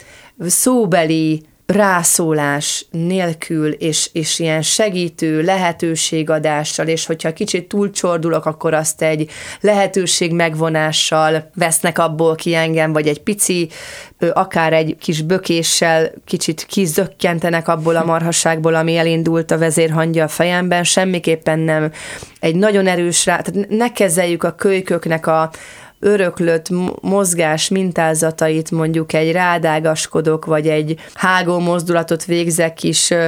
szóbeli rászólás nélkül, és ilyen segítő lehetőségadással, és hogyha kicsit túlcsordulok, akkor azt egy lehetőség megvonással vesznek abból ki engem, vagy egy pici, akár egy kis bökéssel kicsit kizökkentenek abból a marhaságból, ami elindult a vezérhangja a fejemben, semmiképpen nem egy nagyon erős tehát ne kezeljük a kölyköknek a öröklött mozgás mintázatait, mondjuk egy rádágaskodok, vagy egy hágó mozdulatot végzek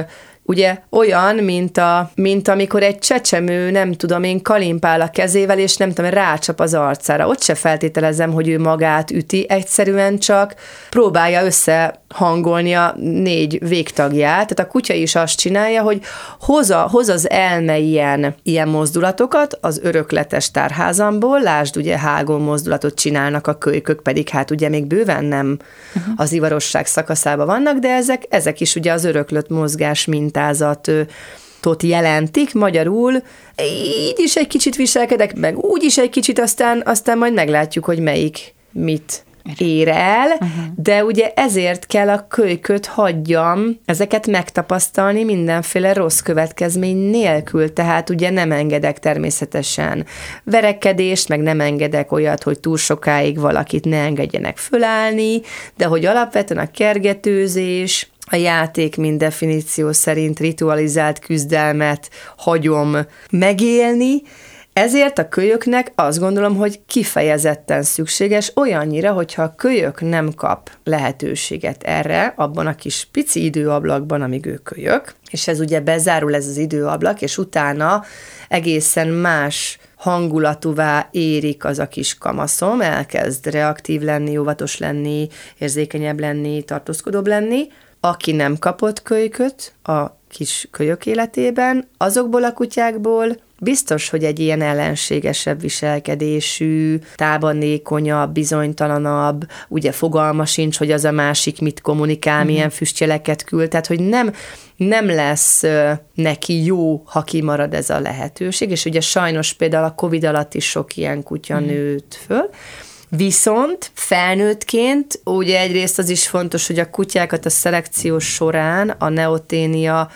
ugye olyan, mint amikor egy csecsemő, nem tudom én, kalimpál a kezével, és nem tudom, rácsap az arcára. Ott se feltételezem, hogy ő magát üti, egyszerűen csak próbálja összehangolni a 4 végtagját. Tehát a kutya is azt csinálja, hogy hoz az elme ilyen mozdulatokat az örökletes tárházamból, lásd, ugye hágó mozdulatot csinálnak a kölykök, pedig hát ugye még bőven nem az ivarosság szakaszában vannak, de ezek is ugye az öröklött mozgás mintázatot jelentik, magyarul így is egy kicsit viselkedek, meg úgy is egy kicsit, aztán majd meglátjuk, hogy melyik mit ér el, de ugye ezért kell a kölyköt hagyjam ezeket megtapasztalni mindenféle rossz következmény nélkül, tehát ugye nem engedek természetesen verekedést, meg nem engedek olyat, hogy túl sokáig valakit ne engedjenek fölállni, de hogy alapvetően a kergetőzés, a játék, mint definíció szerint ritualizált küzdelmet hagyom megélni, ezért a kölyöknek azt gondolom, hogy kifejezetten szükséges, olyannyira, hogyha a kölyök nem kap lehetőséget erre, abban a kis pici időablakban, amíg ő kölyök, és ez ugye bezárul ez az időablak, és utána egészen más hangulatúvá érik az a kis kamaszom, elkezd reaktív lenni, óvatos lenni, érzékenyebb lenni, tartózkodóbb lenni. Aki nem kapott kölyköt a kis kölyök életében, azokból a kutyákból biztos, hogy egy ilyen ellenségesebb viselkedésű, tábanékonyabb, bizonytalanabb, ugye fogalma sincs, hogy az a másik mit kommunikál, milyen füstjeleket küld, tehát hogy nem lesz neki jó, ha kimarad ez a lehetőség, és ugye sajnos például a Covid alatt is sok ilyen kutya nőtt föl. Viszont felnőttként ugye egyrészt az is fontos, hogy a kutyákat a szelekció során a neoténia,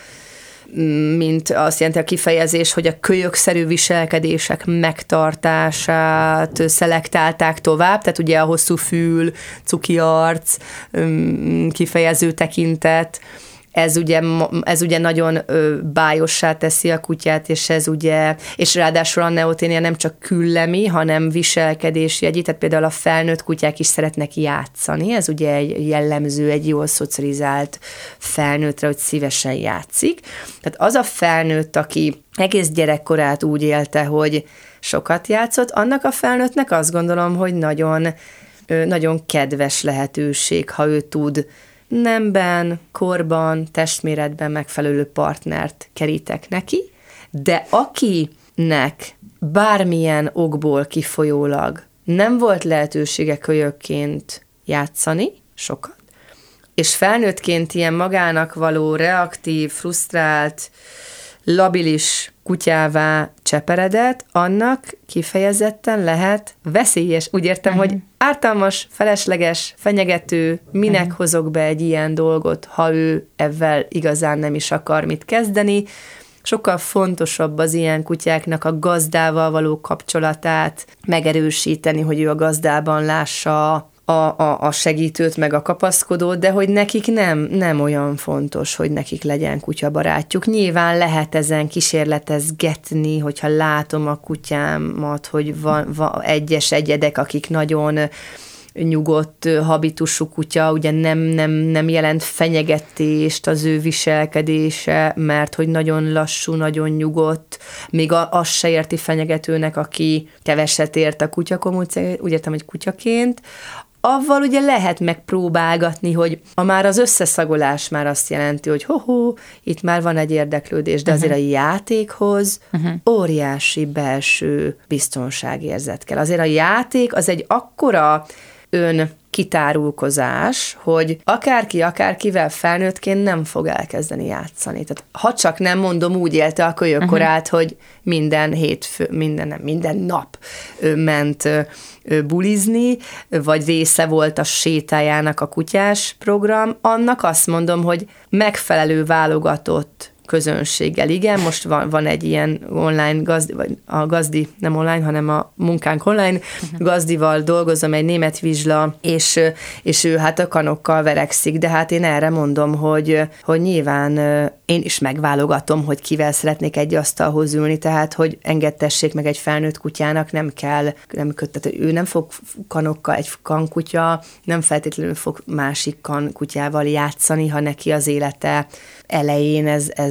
mint azt jelenti a kifejezés, hogy a kölyökszerű viselkedések megtartását szelektálták tovább, tehát ugye a hosszú fül, cuki arc, kifejező tekintet, ez ugye nagyon bájossá teszi a kutyát, és ráadásul a neoténia nem csak küllemi, hanem viselkedési jegyi, tehát például a felnőtt kutyák is szeretnek játszani, ez ugye egy jellemző, egy jól szocializált felnőttre, hogy szívesen játszik. Tehát az a felnőtt, aki egész gyerekkorát úgy élte, hogy sokat játszott, annak a felnőttnek azt gondolom, hogy nagyon, nagyon kedves lehetőség, ha ő tud nemben, korban, testméretben megfelelő partnert kerítek neki, de akinek bármilyen okból kifolyólag nem volt lehetősége kölyökként játszani sokat, és felnőttként ilyen magának való reaktív, frusztrált, labilis kutyává cseperedett, annak kifejezetten lehet veszélyes. Úgy értem, hogy ártalmas, felesleges, fenyegető, minek hozok be egy ilyen dolgot, ha ő ezzel igazán nem is akar mit kezdeni. Sokkal fontosabb az ilyen kutyáknak a gazdával való kapcsolatát megerősíteni, hogy ő a gazdában lássa a segítőt, meg a kapaszkodót, de hogy nekik nem olyan fontos, hogy nekik legyen kutyabarátjuk. Nyilván lehet ezen kísérletezgetni, hogyha látom a kutyámat, hogy van egyes egyedek, akik nagyon nyugodt habitusú kutya, ugye nem jelent fenyegetést az ő viselkedése, mert hogy nagyon lassú, nagyon nyugodt, még azt se érti fenyegetőnek, aki keveset ért a kutyakommunikációt, úgy értem, hogy kutyaként, avval ugye lehet megpróbálgatni, hogy már az összeszagolás már azt jelenti, hogy itt már van egy érdeklődés, de azért a játékhoz óriási belső biztonságérzet kell. Azért a játék az egy akkora kitárulkozás, hogy akárkivel felnőttként nem fog elkezdeni játszani. Tehát ha csak nem mondom, úgy élte a kölyökkorát, hogy minden nap ment bulizni, vagy része volt a sétájának a kutyás program, annak azt mondom, hogy megfelelő válogatott közönséggel. Igen, most van egy ilyen online gazdi, nem online, hanem a munkánk online, gazdival dolgozom, egy német vizsla, és ő hát a kanokkal verekszik, de hát én erre mondom, hogy nyilván én is megválogatom, hogy kivel szeretnék egy asztalhoz ülni, tehát hogy engedtessék meg egy felnőtt kutyának, nem kell, tehát ő nem fog kanokkal, egy kankutya nem feltétlenül fog másik kankutyával játszani, ha neki az élete elején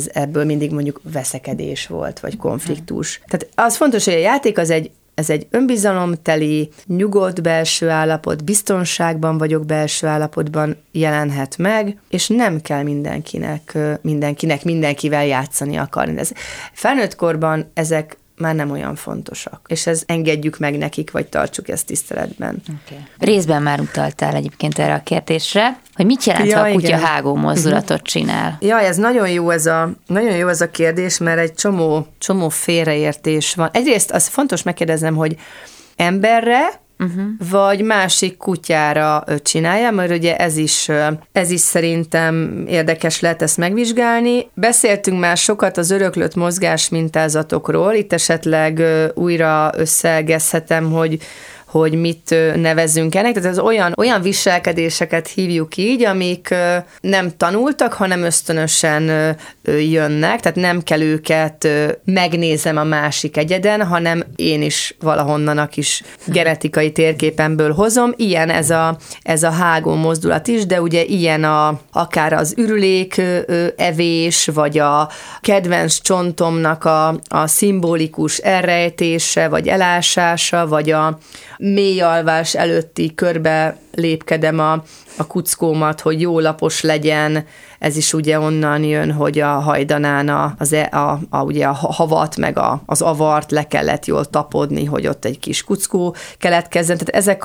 ebből mindig mondjuk veszekedés volt, vagy konfliktus. Tehát az fontos, hogy a játék ez egy önbizalomteli, nyugodt belső állapot, biztonságban vagyok belső állapotban jelenhet meg, és nem kell mindenkivel játszani akarni. Felnőtt korban ezek már nem olyan fontosak, és engedjük meg nekik, vagy tartsuk ezt tiszteletben. Okay. Részben már utaltál egyébként erre a kérdésre, hogy mit jelent, ha a kutya hágó mozdulatot csinál? Ja, ez nagyon jó ez a kérdés, mert egy csomó félreértés van. Egyrészt az fontos megkérdeznem, hogy emberre, vagy másik kutyára csinálja, mert ugye ez is szerintem érdekes lehet ezt megvizsgálni. Beszéltünk már sokat az öröklött mozgásmintázatokról, itt esetleg újra összegezhetem, hogy mit nevezzünk ennek. Tehát az olyan viselkedéseket hívjuk így, amik nem tanultak, hanem ösztönösen jönnek, tehát nem kell őket megnézem a másik egyeden, hanem én is valahonnan a kis genetikai térképemből hozom. Ilyen ez a hágó mozdulat is, de ugye ilyen akár az ürülék evés, vagy a kedvenc csontomnak a szimbolikus elrejtése, vagy elásása, vagy a mély alvás előtti körbe lépkedem a kuckómat, hogy jó lapos legyen. Ez is ugye onnan jön, hogy a hajdanán ugye a havat, meg az avart le kellett jól tapodni, hogy ott egy kis kuckó keletkezzen. Tehát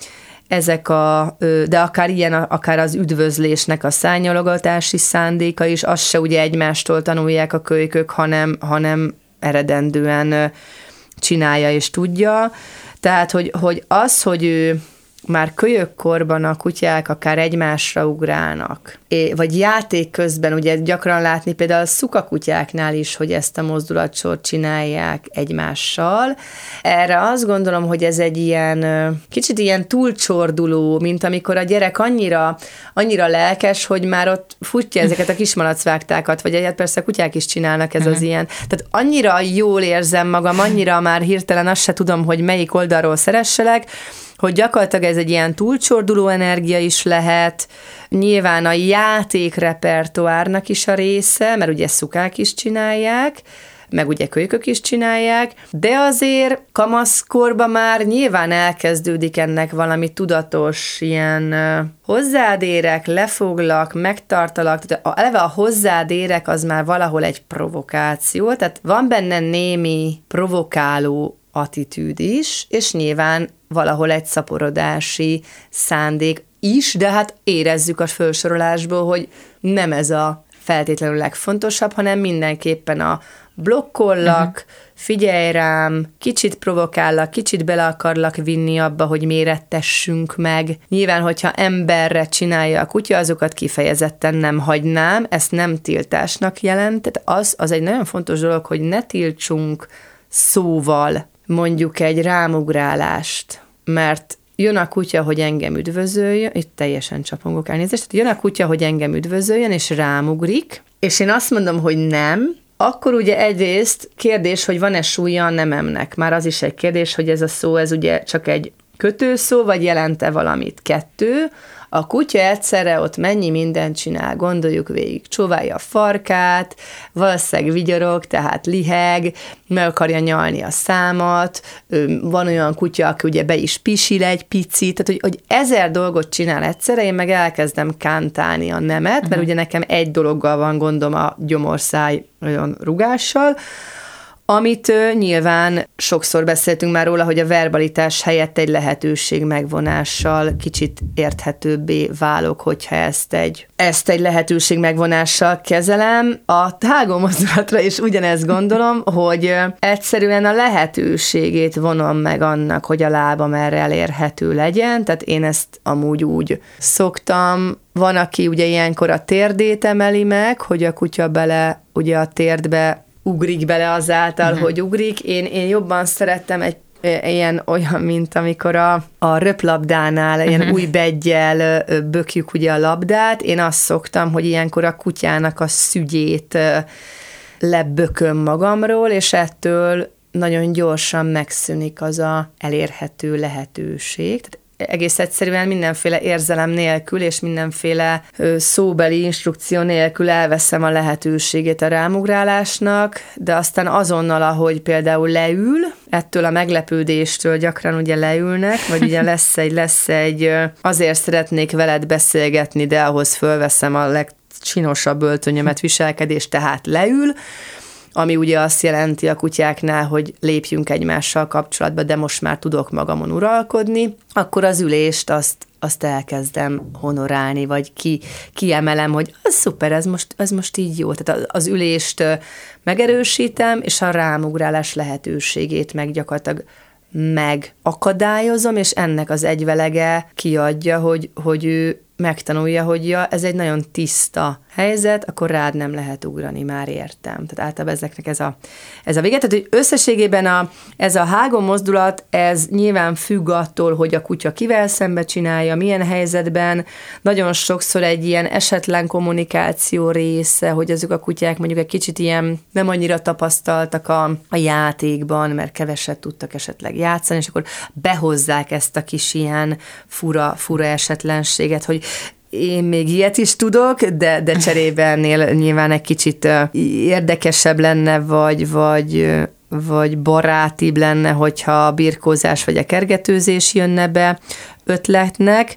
de akár az üdvözlésnek a szárnyalogatási szándéka is, azt se ugye egymástól tanulják a kölykök, hanem eredendően csinálja és tudja. Tehát, hogy ő már kölyökkorban a kutyák akár egymásra ugrálnak, vagy játék közben, ugye gyakran látni például a szukakutyáknál is, hogy ezt a mozdulatsort csinálják egymással. Erre azt gondolom, hogy ez egy kicsit ilyen túlcsorduló, mint amikor a gyerek annyira lelkes, hogy már ott futja ezeket a kismalacvágtákat, vagy egyet persze a kutyák is csinálnak, ez az ilyen. Tehát annyira jól érzem magam, annyira már hirtelen azt se tudom, hogy melyik oldalról szeresselek, hogy gyakorlatilag ez egy ilyen túlcsorduló energia is lehet, nyilván a játékrepertoárnak is a része, mert ugye szukák is csinálják, meg ugye kölykök is csinálják, de azért kamaszkorban már nyilván elkezdődik ennek valami tudatos ilyen hozzád érek, lefoglak, megtartalak, tehát eleve a hozzád érek az már valahol egy provokáció, tehát van benne némi provokáló attitűd is, és nyilván valahol egy szaporodási szándék is, de hát érezzük a felsorolásból, hogy nem ez a feltétlenül legfontosabb, hanem mindenképpen a blokkollak, figyelj rám, kicsit provokállak, kicsit bele akarlak vinni abba, hogy mérettessünk meg. Nyilván, hogyha emberre csinálja a kutya, azokat kifejezetten nem hagynám, ezt nem tiltásnak jelent, tehát az egy nagyon fontos dolog, hogy ne tiltsunk szóval mondjuk egy rámugrálást, mert jön a kutya, hogy engem üdvözöljön, itt teljesen csapongok, elnézést, jön a kutya, hogy engem üdvözöljön, és rámugrik, és én azt mondom, hogy nem, akkor ugye egyrészt kérdés, hogy van-e súlya a nememnek. Már az is egy kérdés, hogy ez a szó, ez ugye csak egy kötőszó, vagy jelent-e valamit? 2. A kutya egyszerre ott mennyi mindent csinál, gondoljuk végig, csóválja a farkát, valószínűleg vigyorog, tehát liheg, meg akarja nyalni a számat, van olyan kutya, aki ugye be is pisil egy picit, tehát hogy 1000 dolgot csinál egyszerre, én meg elkezdem kántálni a nemet, mert ugye nekem egy dologgal van gondom a gyomorszáj olyan rugással, amit nyilván sokszor beszéltünk már róla, hogy a verbalitás helyett egy lehetőség megvonással kicsit érthetőbbé válok, hogyha ezt egy lehetőség megvonással kezelem. A hágó mozdulatra is ugyanezt gondolom, hogy egyszerűen a lehetőségét vonom meg annak, hogy a lábam erre elérhető legyen, tehát én ezt amúgy úgy szoktam. Van, aki ugye ilyenkor a térdét emeli meg, hogy a kutya bele ugye a térdbe ugrik bele azáltal, hogy ugrik. Én jobban szerettem olyan, mint amikor a röplabdánál ilyen új beggyel bökjük ugye a labdát. Én azt szoktam, hogy ilyenkor a kutyának a szügyét lebököm magamról, és ettől nagyon gyorsan megszűnik az a elérhető lehetőség. Tehát egész egyszerűen mindenféle érzelem nélkül és mindenféle szóbeli instrukció nélkül elveszem a lehetőségét a rámugrálásnak, de aztán azonnal, ahogy például leül, ettől a meglepődéstől gyakran ugye leülnek, vagy ugye lesz egy azért szeretnék veled beszélgetni, de ahhoz fölveszem a legcsinosabb öltönyömet, viselkedést, tehát leül, ami ugye azt jelenti a kutyáknál, hogy lépjünk egymással kapcsolatba, de most már tudok magamon uralkodni, akkor az ülést azt elkezdem honorálni, vagy kiemelem, hogy az szuper, ez most így jó. Tehát az ülést megerősítem, és a rámugrálás lehetőségét meg gyakorlatilag megakadályozom, és ennek az egyvelege kiadja, hogy ő megtanulja, hogy ja, ez egy nagyon tiszta helyzet, akkor rád nem lehet ugrani, már értem. Tehát általában ezeknek ez a vége. Tehát, hogy összességében ez a hágó mozdulat, ez nyilván függ attól, hogy a kutya kivel szembe csinálja, milyen helyzetben. Nagyon sokszor egy ilyen esetlen kommunikáció része, hogy azok a kutyák mondjuk egy kicsit ilyen nem annyira tapasztaltak a játékban, mert keveset tudtak esetleg játszani, és akkor behozzák ezt a kis ilyen fura esetlenséget, hogy én még ilyet is tudok, de cserébe ennél nyilván egy kicsit érdekesebb lenne, vagy barátibb lenne, hogyha a birkózás vagy a kergetőzés jönne be ötletnek,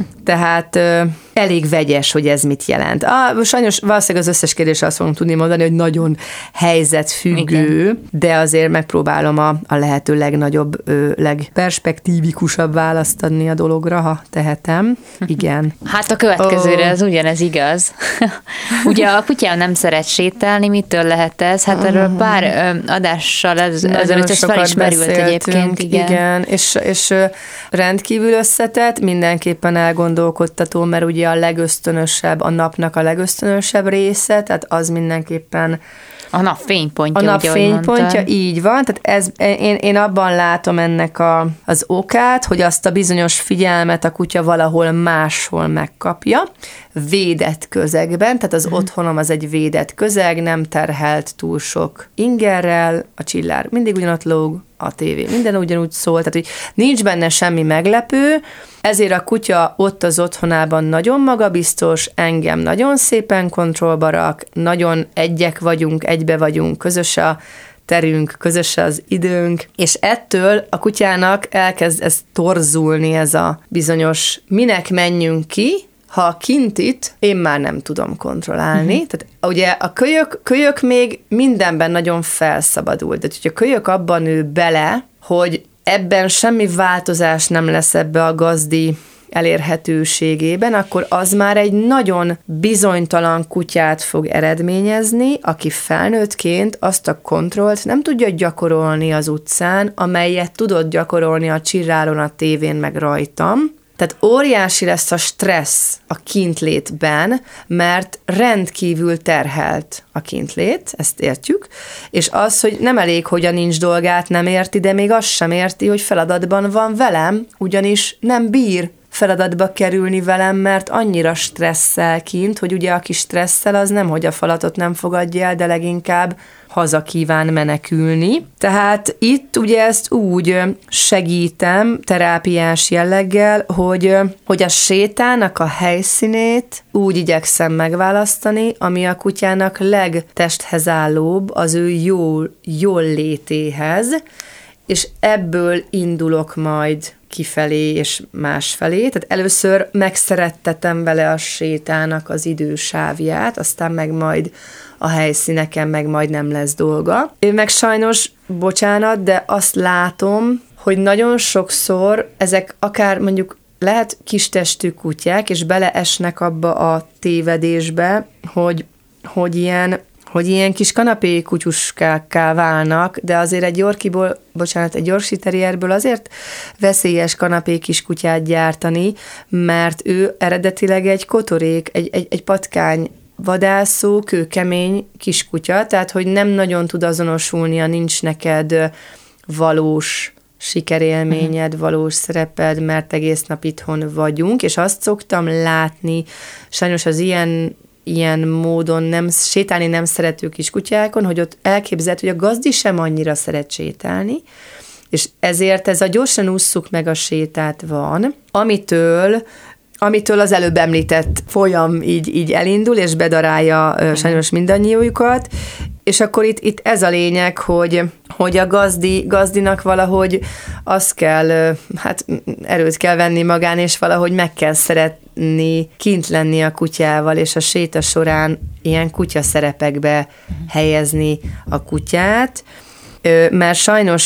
tehát elég vegyes, hogy ez mit jelent. Sajnos valószínűleg az összes kérdésre azt fogom tudni mondani, hogy nagyon helyzetfüggő, igen, de azért megpróbálom a lehető legnagyobb, legperspektívikusabb választ adni a dologra, ha tehetem. Igen. Hát a következőre ez ugyanez igaz. Ugye a kutya nem szeret sétálni, mitől lehet ez? Hát erről pár adással ezelőtt ez fel is merült egyébként. Igen, és rendkívül összetett, mindenképpen elgondolkodtató, mert ugye a legösztönösebb, a napnak a legösztönösebb része, tehát az mindenképpen a nap fénypontja. A nap fénypontja, így van. Tehát én abban látom ennek az okát, hogy azt a bizonyos figyelmet a kutya valahol máshol megkapja, védett közegben, tehát az otthonom az egy védett közeg, nem terhelt túl sok ingerrel, a csillár mindig ugyanott lóg, a tévé minden ugyanúgy szól, tehát hogy nincs benne semmi meglepő, ezért a kutya ott az otthonában nagyon magabiztos, engem nagyon szépen kontrollba rak, nagyon egybe vagyunk, közös a terünk, közös az időnk, és ettől a kutyának elkezd ez torzulni, ez a bizonyos minek menjünk ki, ha kint itt, én már nem tudom kontrollálni. Tehát ugye a kölyök még mindenben nagyon felszabadul. De hogyha a kölyök abban nő bele, hogy ebben semmi változás nem lesz ebbe a gazdi elérhetőségében, akkor az már egy nagyon bizonytalan kutyát fog eredményezni, aki felnőttként azt a kontrollt nem tudja gyakorolni az utcán, amelyet tudott gyakorolni a csirráron, a tévén, meg rajtam. Tehát óriási lesz a stressz a kintlétben, mert rendkívül terhelt a kintlét, ezt értjük, és az, hogy nem elég, hogy a nincs dolgát nem érti, de még azt sem érti, hogy feladatban van velem, ugyanis nem bír feladatba kerülni velem, mert annyira stresszel kint, hogy ugye aki stresszel, az nem, hogy a falatot nem fogadja el, de leginkább haza kíván menekülni. Tehát itt ugye ezt úgy segítem terápiás jelleggel, hogy a sétának a helyszínét úgy igyekszem megválasztani, ami a kutyának legtesthez állóbb az ő jól létéhez, és ebből indulok majd kifelé és másfelé. Tehát először megszerettetem vele a sétának az idősávját, aztán meg majd a helyszíneken meg majd nem lesz dolga. Én meg sajnos, bocsánat, de azt látom, hogy nagyon sokszor ezek akár mondjuk lehet kistestű kutyák, és beleesnek abba a tévedésbe, hogy ilyen kis kanapé kutyuskákká válnak, de azért egy Yorkshire terrierből azért veszélyes kanapé kiskutyát gyártani, mert ő eredetileg egy kotorék, egy patkány vadászó, kőkemény kiskutya, tehát hogy nem nagyon tud azonosulnia, nincs neked valós sikerélményed, valós szereped, mert egész nap itthon vagyunk, és azt szoktam látni, sajnos az ilyen módon sétálni nem szerető kiskutyákon, hogy ott elképzelhető, hogy a gazdi sem annyira szeret sétálni, És ezért ez a gyorsan ússzuk meg a sétát van, amitől az előbb említett folyam így elindul, és bedarálja sajnos mindannyiukat, és akkor itt ez a lényeg, hogy a gazdinak valahogy azt kell, erőt kell venni magán, és valahogy meg kell szeretni kint lenni a kutyával, és a séta során ilyen kutya szerepekbe helyezni a kutyát, mert sajnos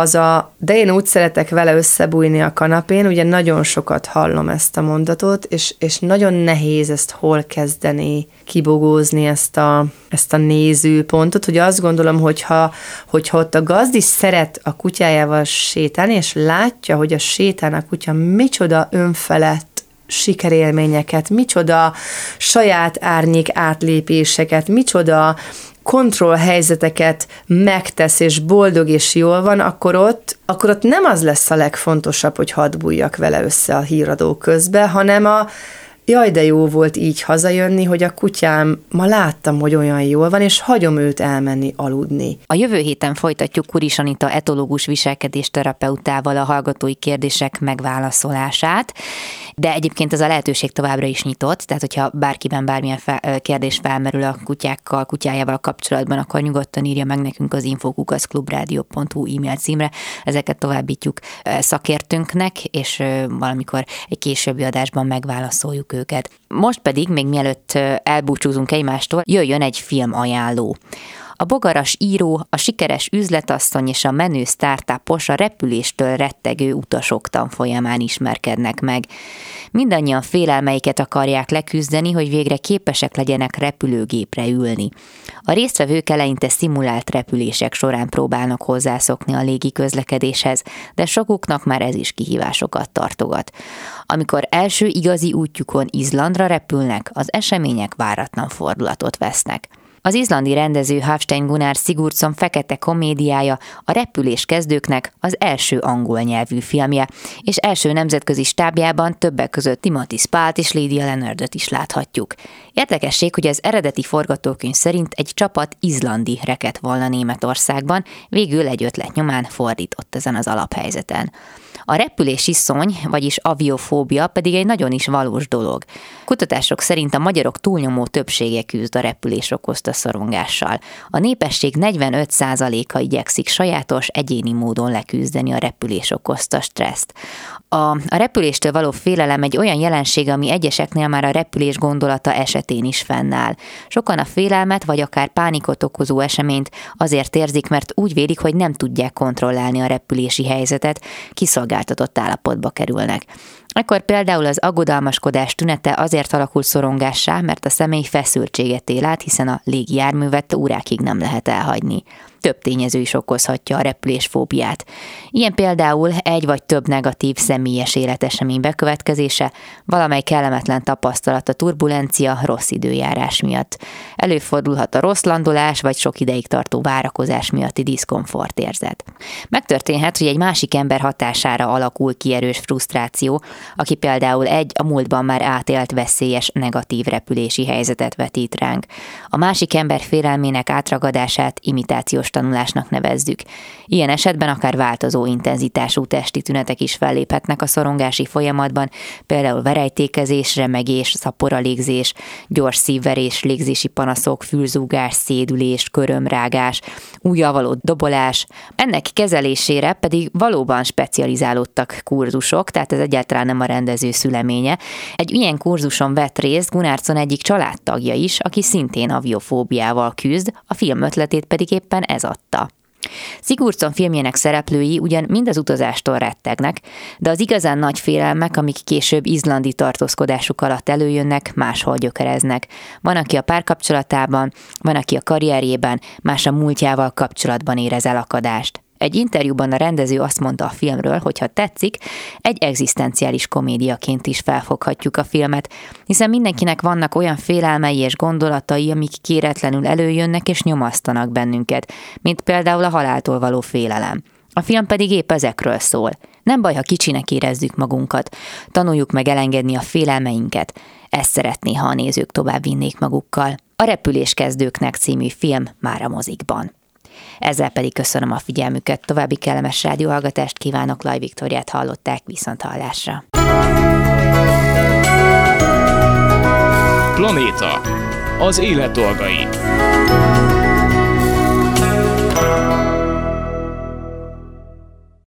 de én úgy szeretek vele összebújni a kanapén, ugye nagyon sokat hallom ezt a mondatot, és nagyon nehéz ezt hol kezdeni kibogózni ezt a nézőpontot, hogy azt gondolom, hogyha ott a gazdi szeret a kutyájával sétálni, és látja, hogy a sétán a kutya micsoda önfelett sikerélményeket, micsoda saját árnyék átlépéseket, micsoda kontrollhelyzeteket megtesz, és boldog, és jól van, akkor ott nem az lesz a legfontosabb, hogy hadd bújjak vele össze a híradó közbe, hanem jaj, de jó volt így hazajönni, hogy a kutyám, ma láttam, hogy olyan jól van, és hagyom őt elmenni aludni. A jövő héten folytatjuk Kuris Anita etológus viselkedésterapeutával a hallgatói kérdések megválaszolását, de egyébként ez a lehetőség továbbra is nyitott, tehát hogyha bárkiben bármilyen kérdés felmerül a kutyájával kapcsolatban, akkor nyugodtan írja meg nekünk az info@clubradio.hu e-mail címre, ezeket továbbítjuk szakértőnknek, és valamikor egy későbbi adásban megválaszoljuk őket. Most pedig, még mielőtt elbúcsúzunk egymástól, jöjjön egy filmajánló. A bogaras író, a sikeres üzletasszony és a menő sztártápos a repüléstől rettegő utasok tanfolyamán ismerkednek meg. Mindannyian félelmeiket akarják leküzdeni, hogy végre képesek legyenek repülőgépre ülni. A résztvevők eleinte szimulált repülések során próbálnak hozzászokni a légi közlekedéshez, de sokuknak már ez is kihívásokat tartogat. Amikor első igazi útjukon Izlandra repülnek, az események váratlan fordulatot vesznek. Az izlandi rendező Hafstein Gunnar Sigurdsson fekete komédiája a repülés kezdőknek az első angol nyelvű filmje, és első nemzetközi stábjában többek között Timothy Spalt és Lydia Leonardot is láthatjuk. Érdekesség, hogy az eredeti forgatókönyv szerint egy csapat izlandi rekedt volna Németországban, végül egy ötlet nyomán fordított ezen az alaphelyzeten. A repülési szony, vagyis aviofóbia pedig egy nagyon is valós dolog. Kutatások szerint a magyarok túlnyomó többsége küzd a repülés okozta szorongással. A népesség 45%-a igyekszik sajátos, egyéni módon leküzdeni a repülés okozta stresszt. A repüléstől való félelem egy olyan jelenség, ami egyeseknél már a repülés gondolata esetén is fennáll. Sokan a félelmet vagy akár pánikot okozó eseményt azért érzik, mert úgy vélik, hogy nem tudják kontrollálni a repülési helyzetet, kiszolgáltatott állapotba kerülnek. Ekkor például az aggodalmaskodás tünete azért alakul szorongássá, mert a személy feszültséget él át, hiszen a légijárművet órákig nem lehet elhagyni. Több tényező is okozhatja a repülésfóbiát. Ilyen például egy vagy több negatív személyes életesemény bekövetkezése, valamely kellemetlen tapasztalat a turbulencia, rossz időjárás miatt. Előfordulhat a rossz landolás vagy sok ideig tartó várakozás miatti diszkomfortérzet. Megtörténhet, hogy egy másik ember hatására alakul ki erős frusztráció, aki például a múltban már átélt veszélyes negatív repülési helyzetet vetít ránk. A másik ember félelmének átragadását imitációs tanulásnak nevezzük. Ilyen esetben akár változó intenzitású testi tünetek is felléphetnek a szorongási folyamatban, például verejtékezés, remegés, szaporalégzés, gyors szívverés, légzési panaszok, fülzúgás, szédülés, körömrágás, ujjal való dobolás. Ennek kezelésére pedig valóban specializálódtak kurzusok, tehát ez egyáltalán nem a rendező szüleménye. Egy ilyen kurzuson vett részt Gunnarsson egyik családtagja is, aki szintén aviofóbiával küzd, a film ötletét pedig éppen ez adta. Sigurdsson filmjének szereplői ugyan mind az utazástól rettegnek, de az igazán nagy félelmek, amik később izlandi tartózkodásuk alatt előjönnek, máshol gyökereznek. Van, aki a párkapcsolatában, van, aki a karrierjében, más a múltjával kapcsolatban érez elakadást. Egy interjúban a rendező azt mondta a filmről, hogy ha tetszik, egy egzisztenciális komédiaként is felfoghatjuk a filmet, hiszen mindenkinek vannak olyan félelmei és gondolatai, amik kéretlenül előjönnek és nyomasztanak bennünket, mint például a haláltól való félelem. A film pedig épp ezekről szól. Nem baj, ha kicsinek érezzük magunkat, tanuljuk meg elengedni a félelmeinket. Ezt szeretné, ha a nézők tovább vinnék magukkal. A Repüléskezdőknek című film már a mozikban. Ezzel pedig köszönöm a figyelmüket, további kellemes rádióhallgatást kívánok, Laj Viktóriát hallották, viszonthallásra. Planéta. Az élet dolgai.